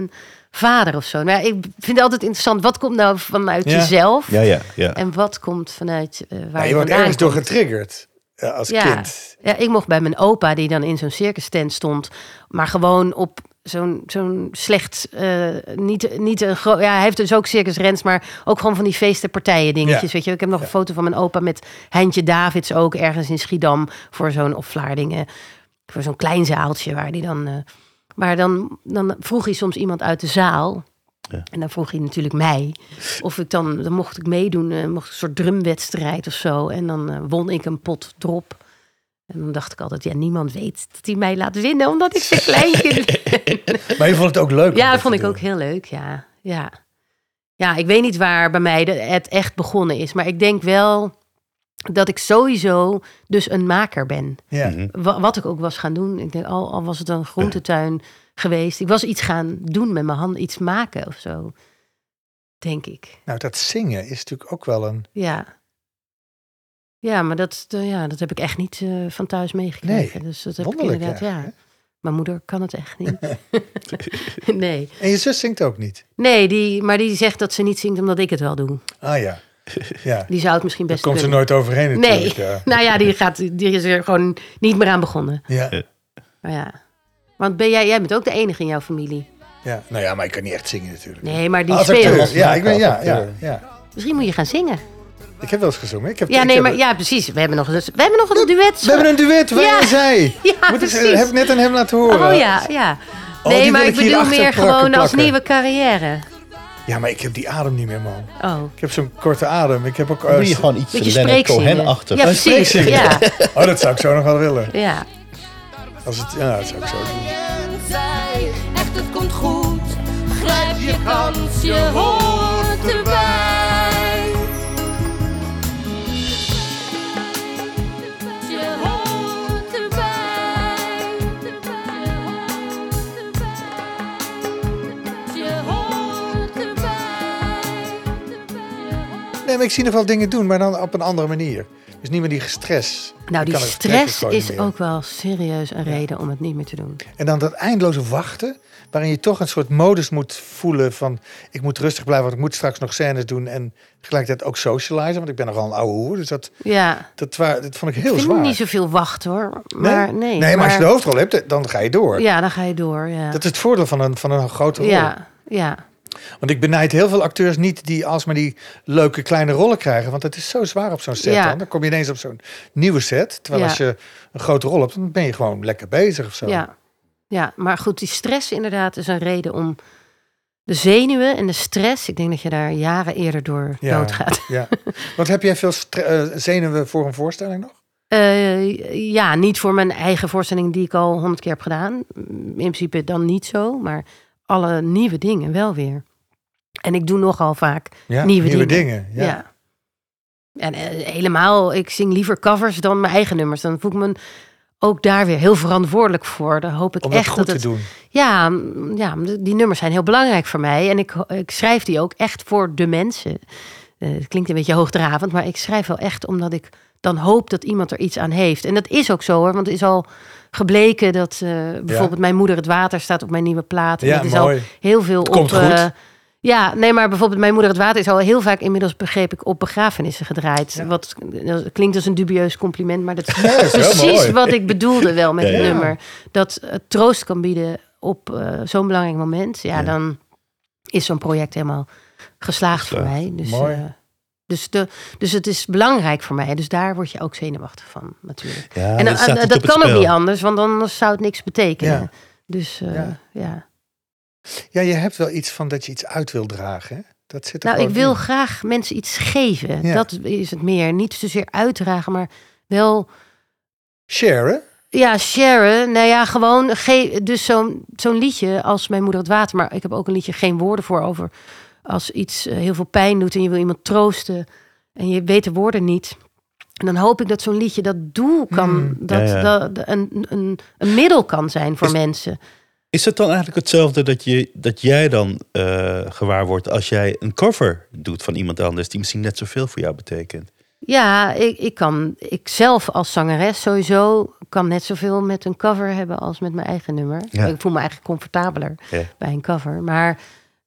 vader of zo. Nou, ik vind het altijd interessant, wat komt nou vanuit Ja. jezelf? Ja, ja, ja. En wat komt vanuit uh, waar Ja, je je wordt vandaan ergens door komt? getriggerd uh, als Ja. kind. Ja, ik mocht bij mijn opa, die dan in zo'n circus tent stond, maar gewoon op zo'n zo'n slecht, uh, niet, niet een groot, ja, hij heeft dus ook circusrens, maar ook gewoon van die feesten, partijen dingetjes, Ja. weet je. Ik heb nog Ja. een foto van mijn opa met Heintje Davids ook ergens in Schiedam voor zo'n, of Vlaardingen, voor zo'n klein zaaltje waar die dan, uh, maar dan, dan vroeg hij soms iemand uit de zaal. Ja. En dan vroeg hij natuurlijk mij of ik dan, dan mocht ik meedoen, uh, mocht een soort drumwedstrijd of zo. En dan uh, won ik een pot drop. En dan dacht ik altijd, ja, niemand weet dat hij mij laat winnen, omdat ik zo kleinkind ben. Maar je vond het ook leuk? om Ja, dat dat vond te ik doen? ook heel leuk, ja. Ja, ja ik weet niet waar bij mij de, het echt begonnen is. Maar ik denk wel dat ik sowieso dus een maker ben. Ja. Mhm. Wa- wat ik ook was gaan doen. Ik denk, al, al was het een groentetuin geweest. Ik was iets gaan doen met mijn handen, iets maken of zo. Denk ik. Nou, dat zingen is natuurlijk ook wel een... Ja. Ja, maar dat, uh, ja, dat heb ik echt niet uh, van thuis meegekregen. Nee, dus dat heb wonderlijk ik inderdaad, eigenlijk, ja. Mijn moeder kan het echt niet. nee. En je zus zingt ook niet? Nee, die, maar die zegt dat ze niet zingt omdat ik het wel doe. Ah ja. Ja. Die zou het misschien Daar best komt ze kunnen. nooit overheen Nee, natuurlijk. Ja. nou ja, die, gaat, die is er gewoon niet meer aan begonnen. Ja. Maar ja. Want ben jij, jij bent ook de enige in jouw familie. Ja. Nou ja, maar ik kan niet echt zingen natuurlijk. Nee, maar die Als speelt. acteur. Ja, ik ben, ja, Als ja, acteur. ja. Misschien moet je gaan zingen. Ik heb wel eens gezongen. Ik heb, Ja, ik nee, heb- maar ja, precies. We hebben nog een, we hebben nog een duet. We hebben een duet, waar Ja. jij zei. Ja, Moet ik, precies. heb ik net aan hem laten horen. Oh ja, ja. Oh, Nee, die maar wil ik ik hier bedoel achter meer plakken, gewoon als plakken. nieuwe carrière. Ja, maar ik heb die adem niet meer, man. Oh. Ik heb zo'n korte adem. Ik heb ook... Dan eh, doe je gewoon iets Beetje Leonard spreekzingen. Cohen-achtig. Ja, Oh, precies. spreekzingen. Ja, Oh, dat zou ik zo nog wel willen. ja. Als het, ja, dat zou ik zo doen. En zij, echt het komt goed. Grijp je kans, je hoort erbij. Je hoort erbij. Je hoort erbij. Nee, maar ik zie nog wel dingen doen, maar dan op een andere manier. Dus niet meer die stress. Nou, Ik die kan het vertrekken stress gewoon niet is meer. ook wel serieus een reden om het niet meer te doen. En dan dat eindeloze wachten, waarin je toch een soort modus moet voelen van... ik moet rustig blijven, want ik moet straks nog scènes doen... en tegelijkertijd ook socializen, want ik ben nogal een oude hoer. Dus dat, Ja, dat, wa- dat vond ik heel ik vind zwaar. niet zoveel wachten hoor. Maar nee, nee, maar als je de maar- hoofdrol hebt, dan ga je door. Ja, dan ga je door, ja. Dat is het voordeel van een, van een grote rol. Ja, ja. Want ik benijd heel veel acteurs niet die alsmaar die leuke kleine rollen krijgen. Want het is zo zwaar op zo'n set. Ja. Dan. dan kom je ineens op zo'n nieuwe set. Terwijl Ja. als je een grote rol hebt, dan ben je gewoon lekker bezig of zo. Ja, ja, maar goed, die stress inderdaad is een reden om de zenuwen en de stress. Ik denk dat je daar jaren eerder door Ja. doodgaat. Ja. Want heb jij veel stre- eh, zenuwen voor een voorstelling nog? Eh, ja, niet voor mijn eigen voorstelling die ik al honderd keer heb gedaan. In principe dan niet zo, maar alle nieuwe dingen wel weer. En ik doe nogal vaak Ja, nieuwe, nieuwe dingen. dingen. Ja. Ja. En eh, helemaal, ik zing liever covers dan mijn eigen nummers. Dan voel ik me ook daar weer heel verantwoordelijk voor. Dan hoop ik Om dat echt goed dat te het. doen. Ja, mm, ja, die nummers zijn heel belangrijk voor mij. En ik, ik schrijf die ook echt voor de mensen. Eh, het klinkt een beetje hoogdravend, maar ik schrijf wel echt omdat ik dan hoop dat iemand er iets aan heeft. En dat is ook zo hoor, want het is al gebleken dat uh, bijvoorbeeld Mijn Moeder het Water staat op mijn nieuwe plaat. En Ja, dat is mooi. al heel veel Het op. komt goed. Uh, ja, nee, maar bijvoorbeeld Mijn Moeder het Water is al heel vaak inmiddels, begreep ik, op begrafenissen gedraaid. Ja. Wat dat klinkt als een dubieus compliment, maar dat is Ja, dat is wel precies mooi. wat ik bedoelde wel met Ja, het ja. nummer. Dat het troost kan bieden op uh, zo'n belangrijk moment. Ja, Ja. dan is zo'n project helemaal geslaagd, Geslaagd. voor mij. Dus, Mooi. uh, dus, de, dus het is belangrijk voor mij. Dus daar word je ook zenuwachtig van, natuurlijk. Ja, en er uh, staat iets dat op het kan ook spel. niet anders, want anders zou het niks betekenen. Ja. Dus uh, Ja. ja. Ja, je hebt wel iets van dat je iets uit wil dragen. Hè? Dat zit er Nou, ik gewoon wil in. graag mensen iets geven. Ja. Dat is het meer. Niet zozeer uitdragen, maar wel... Sharen. Ja, sharen. Nou ja, gewoon... Ge- dus zo'n zo'n liedje als Mijn Moeder het Water. Maar ik heb ook een liedje Geen Woorden voor over... als iets uh, heel veel pijn doet en je wil iemand troosten... en je weet de woorden niet... En dan hoop ik dat zo'n liedje dat doel kan... Hmm. dat, Ja, ja. dat een, een, een middel kan zijn voor Is- mensen. Is het dan eigenlijk hetzelfde dat, je, dat jij dan uh, gewaar wordt als jij een cover doet van iemand anders die misschien net zoveel voor jou betekent? Ja, ik, ik kan, ik zelf als zangeres sowieso kan net zoveel met een cover hebben als met mijn eigen nummer. Ja. Ik voel me eigenlijk comfortabeler Ja. bij een cover. Maar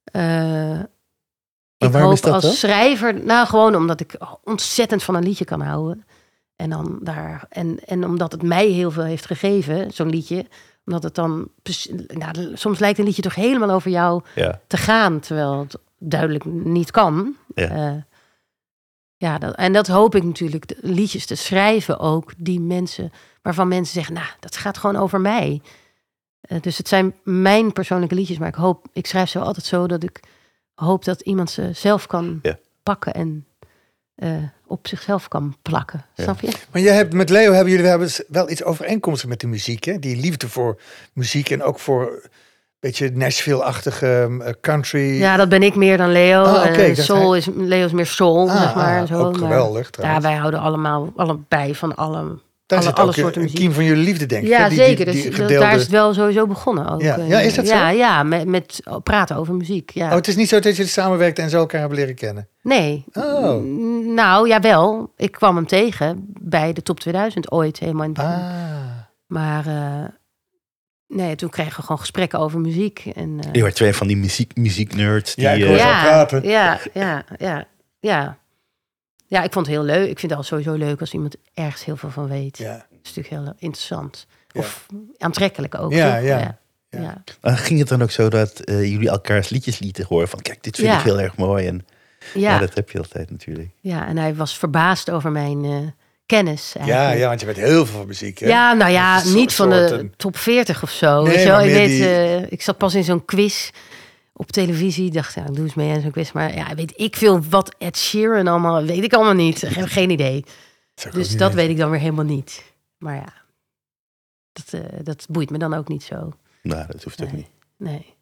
Uh, Maar ik waarom hoop is dat als dan? schrijver, nou gewoon omdat ik ontzettend van een liedje kan houden. En, dan daar, en, en omdat het mij heel veel heeft gegeven, zo'n liedje. Omdat het dan, nou, soms lijkt een liedje toch helemaal over jou Ja. te gaan. Terwijl het duidelijk niet kan. Ja. Uh, ja, dat, en dat hoop ik natuurlijk, de liedjes te schrijven ook. Die mensen, waarvan mensen zeggen, nou, dat gaat gewoon over mij. Uh, dus het zijn mijn persoonlijke liedjes. Maar ik hoop, ik schrijf ze altijd zo dat ik hoop dat iemand ze zelf kan ja. pakken en uh, op zichzelf kan plakken. Ja. Snap je? Maar jij hebt, met Leo hebben jullie hebben wel iets overeenkomsten met de muziek, hè? Die liefde voor muziek en ook voor een beetje Nashville-achtige uh, country. Ja, dat ben ik meer dan Leo. Ah, okay, uh, soul hij... is, Leo is meer soul, ah, zeg maar. Ah, zo, ook geweldig, maar, ja, wij houden allemaal allebei van alle, daar alle, zit alle ook soorten een muziek. kiem van jullie liefde, denk ik. Ja, die, zeker. Die, die dus, gedeelde... Daar is het wel sowieso begonnen ook. Ja, ja is dat zo? Ja, ja met, met praten over muziek. Ja. Oh, het is niet zo dat jullie samenwerkten en zo elkaar hebben leren kennen? Nee. Oh. Nou, jawel. Ik kwam hem tegen bij de top tweeduizend ooit helemaal in het begin. Ah. Maar uh, nee, toen kregen we gewoon gesprekken over muziek. En, uh, Je wordt twee van die muziek, muzieknerds. Die, Ja, ik hoor uh, zo praten. Ja, ja, ja, ja. Ja, ik vond het heel leuk. Ik vind het al sowieso leuk als iemand ergens heel veel van weet. Ja. Dat is natuurlijk heel interessant. Ja. Of aantrekkelijk ook. Ja, toch? ja. ja. Ja. ja. uh, ging het dan ook zo dat uh, jullie elkaars liedjes lieten horen? Van kijk, dit vind Ja. ik heel erg mooi. En, Ja. ja, dat heb je altijd natuurlijk. Ja, en hij was verbaasd over mijn uh, kennis. Ja, eigenlijk. ja, want je weet heel veel van muziek. Hè? Ja, nou ja, Dat is niet zo- van de soorten- top veertig of zo. Nee, weet je wel? maar Ik, meer weet, die- uh, ik zat pas in zo'n quiz op televisie. Dacht, ja, doe eens mee aan zo'n quiz. Maar ja, weet ik veel wat Ed Sheeran allemaal, weet ik allemaal niet. Ik heb geen idee. Dat zou ik ook Dus niet dat weten. weet ik dan weer helemaal niet. Maar ja, dat, uh, dat boeit me dan ook niet zo. Nou, dat hoeft ook Nee. niet. Nee.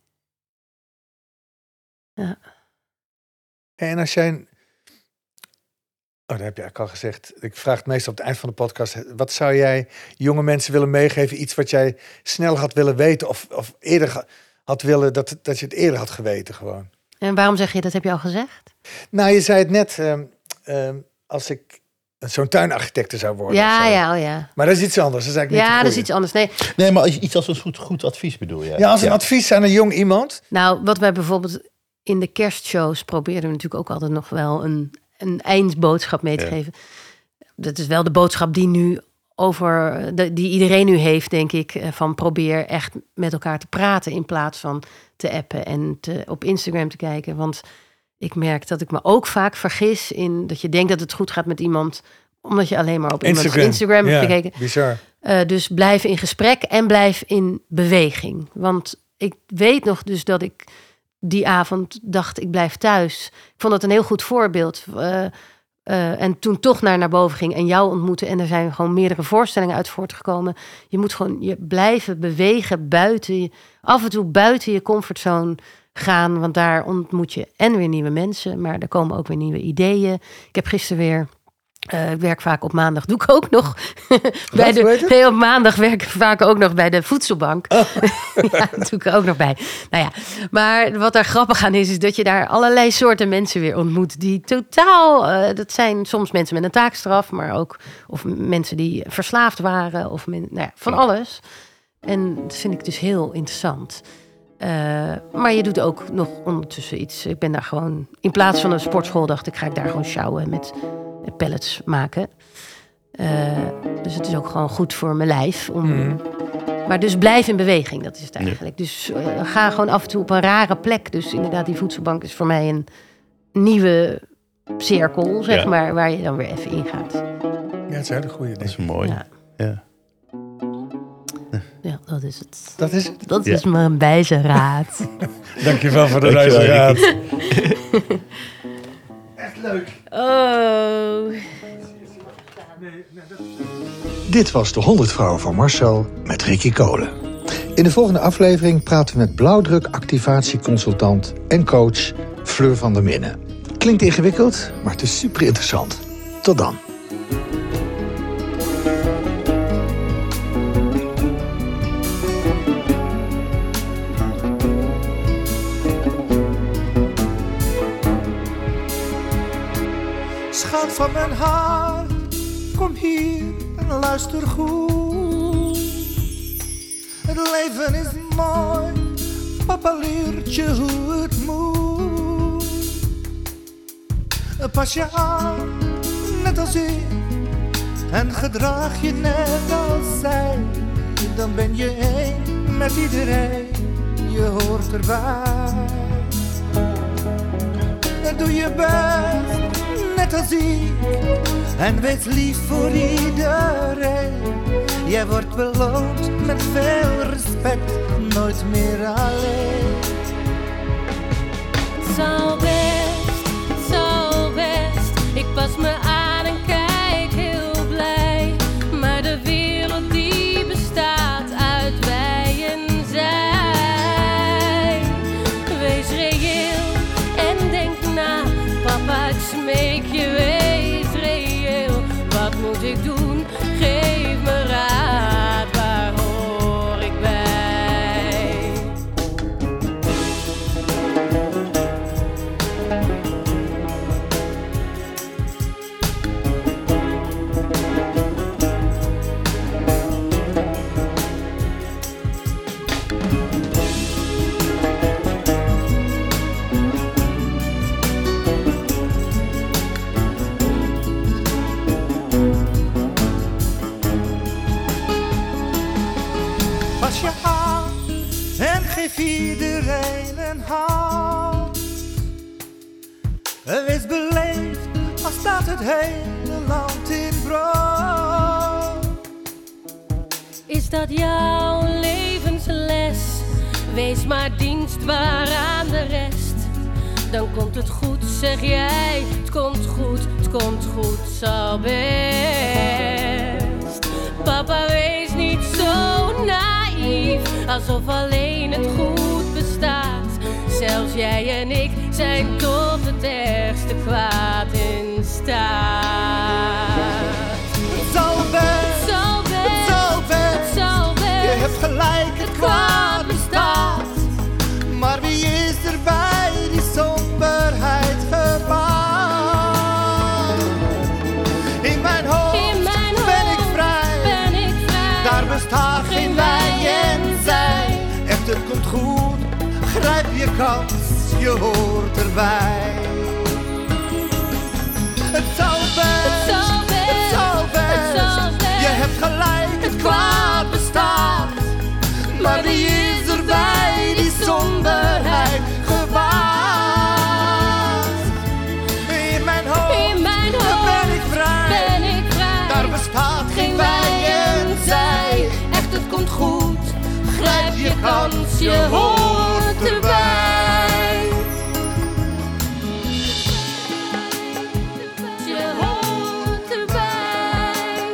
Ja. En als jij... een- Oh, dat heb je eigenlijk al gezegd. Ik vraag het meestal op het eind van de podcast. Wat zou jij jonge mensen willen meegeven? Iets wat jij snel had willen weten of, of eerder ge- had willen... Dat, dat je het eerder had geweten gewoon. En waarom zeg je, dat heb je al gezegd? Nou, je zei het net. Um, um, als ik zo'n tuinarchitecte zou worden. of Ja, zo. ja, oh ja. Maar dat is iets anders. Dat is eigenlijk niet Ja, de dat is goeie. iets anders. Nee, Nee, maar als je iets als een goed, goed advies bedoel je. Ja, als een advies aan een jong iemand. nou, wat wij bijvoorbeeld in de kerstshows proberen we natuurlijk ook altijd nog wel een, een eindboodschap mee te Ja. geven. Dat is wel de boodschap die nu over, de, die iedereen nu heeft, denk ik, eh, van probeer echt met elkaar te praten in plaats van te appen en te, op Instagram te kijken. Want ik merk dat ik me ook vaak vergis in dat je denkt dat het goed gaat met iemand, omdat je alleen maar op iemands Instagram hebt ja, gekeken. bizar. Uh, dus blijf in gesprek en blijf in beweging. Want ik weet nog dus dat ik die avond dacht, ik blijf thuis. Ik vond dat een heel goed voorbeeld. Uh, uh, en toen toch naar, naar boven ging en jou ontmoette. En er zijn gewoon meerdere voorstellingen uit voortgekomen. Je moet gewoon je blijven bewegen buiten je, af en toe buiten je comfortzone gaan. Want daar ontmoet je en weer nieuwe mensen. Maar er komen ook weer nieuwe ideeën. Ik heb gisteren weer... Uh, ik werk vaak op maandag, doe ik ook nog. bij Wat, weet de, je? nee, op maandag werk ik vaak ook nog bij de voedselbank. Oh. Ja, dat doe ik er ook nog bij. Nou ja, maar wat daar grappig aan is, is dat je daar allerlei soorten mensen weer ontmoet. Die totaal, uh, dat zijn soms mensen met een taakstraf, maar ook of mensen die verslaafd waren. Of men, nou ja, van alles. En dat vind ik dus heel interessant. Uh, maar je doet ook nog ondertussen iets. Ik ben daar gewoon, in plaats van een sportschool, dacht ik, ga ik daar gewoon sjouwen met pellets maken. Uh, dus het is ook gewoon goed voor mijn lijf. Om... Mm. Maar dus blijf in beweging, dat is het eigenlijk. Ja. Dus uh, ga gewoon af en toe op een rare plek. Dus inderdaad, die voedselbank is voor mij een nieuwe cirkel, zeg ja. maar, waar je dan weer even ingaat. Ja, dat is een hele goede. Dat is mooi. Ja. Ja. Ja, dat is het. Dat is het? Dat ja. is mijn wijze raad. Dankjewel voor de wijze raad. Echt leuk. Oh. Dit was de honderd vrouwen van Marcel met Ricky Kolen. In de volgende aflevering praten we met blauwdruk activatieconsultant en coach Fleur van der Minnen. Klinkt ingewikkeld, maar het is super interessant. Tot dan. Schat van mijn hart, kom hier en luister goed. Het leven is mooi papa leert je hoe het moet. Pas je aan, net als ik, en gedraag je net als zij. Dan ben je één met iedereen, je hoort erbij. Doe je best, net als ik, en wees lief voor iedereen. Jij wordt beloond met veel respect, nooit meer alleen. Zal best, zal best, ik pas me aan en kijk heel blij. Maar de wereld die bestaat uit wij en zij. Wees reëel en denk na, papa ik smeek je, wees reëel. Wat moet ik doen? Geef me raad, waar hoor ik bij? Pas je aan en geef iedereen een hand. Wees beleefd, al staat het hele land in brand. Is dat jouw levensles? Wees maar dienstbaar aan de rest. Dan komt het goed, zeg jij. Het komt goed, het komt goed, zal best. Papa, wees niet zo naïef, alsof alleen het goed bestaat. Zelfs jij en ik zijn tot het ergste kwaad in staat. Het zal best, Zal best, het zal best. het zal best. Je hebt gelijk, het kwaad bestaat. Maar wie is er bij die somberheid gebaat? In mijn hoofd, In mijn ben ik hoofd vrij. ben ik vrij. Daar bestaat geen wij en zij. Echt, het komt goed, grijp je kans, je hoort erbij. Het zal best, Het zal best, het zal best. het zal best. Je hebt gelijk, het kwaad bestaat. Maar wie is er bij die somberheid gebaat? In mijn hoofd, In mijn hoofd ben ik vrij. ben ik vrij. Daar bestaat geen wij en zij. Echt, het komt goed, grijp je kans, je hoort erbij. Je hoort erbij.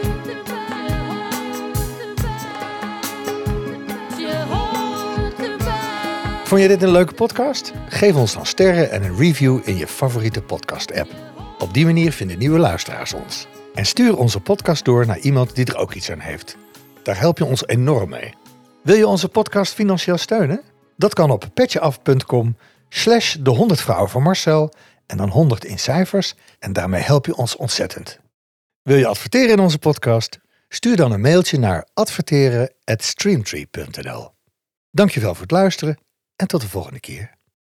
Je hoort erbij. Vond je dit een leuke podcast? Geef ons dan sterren en een review in je favoriete podcast-app. Op die manier vinden nieuwe luisteraars ons. En stuur onze podcast door naar iemand die er ook iets aan heeft. Daar help je ons enorm mee. Wil je onze podcast financieel steunen? Dat kan op petjeaf.com slash de honderd vrouwen van Marcel en dan honderd in cijfers en daarmee help je ons ontzettend. Wil je adverteren in onze podcast? Stuur dan een mailtje naar adverteren at streamtree punt n l. Dankjewel voor het luisteren en tot de volgende keer.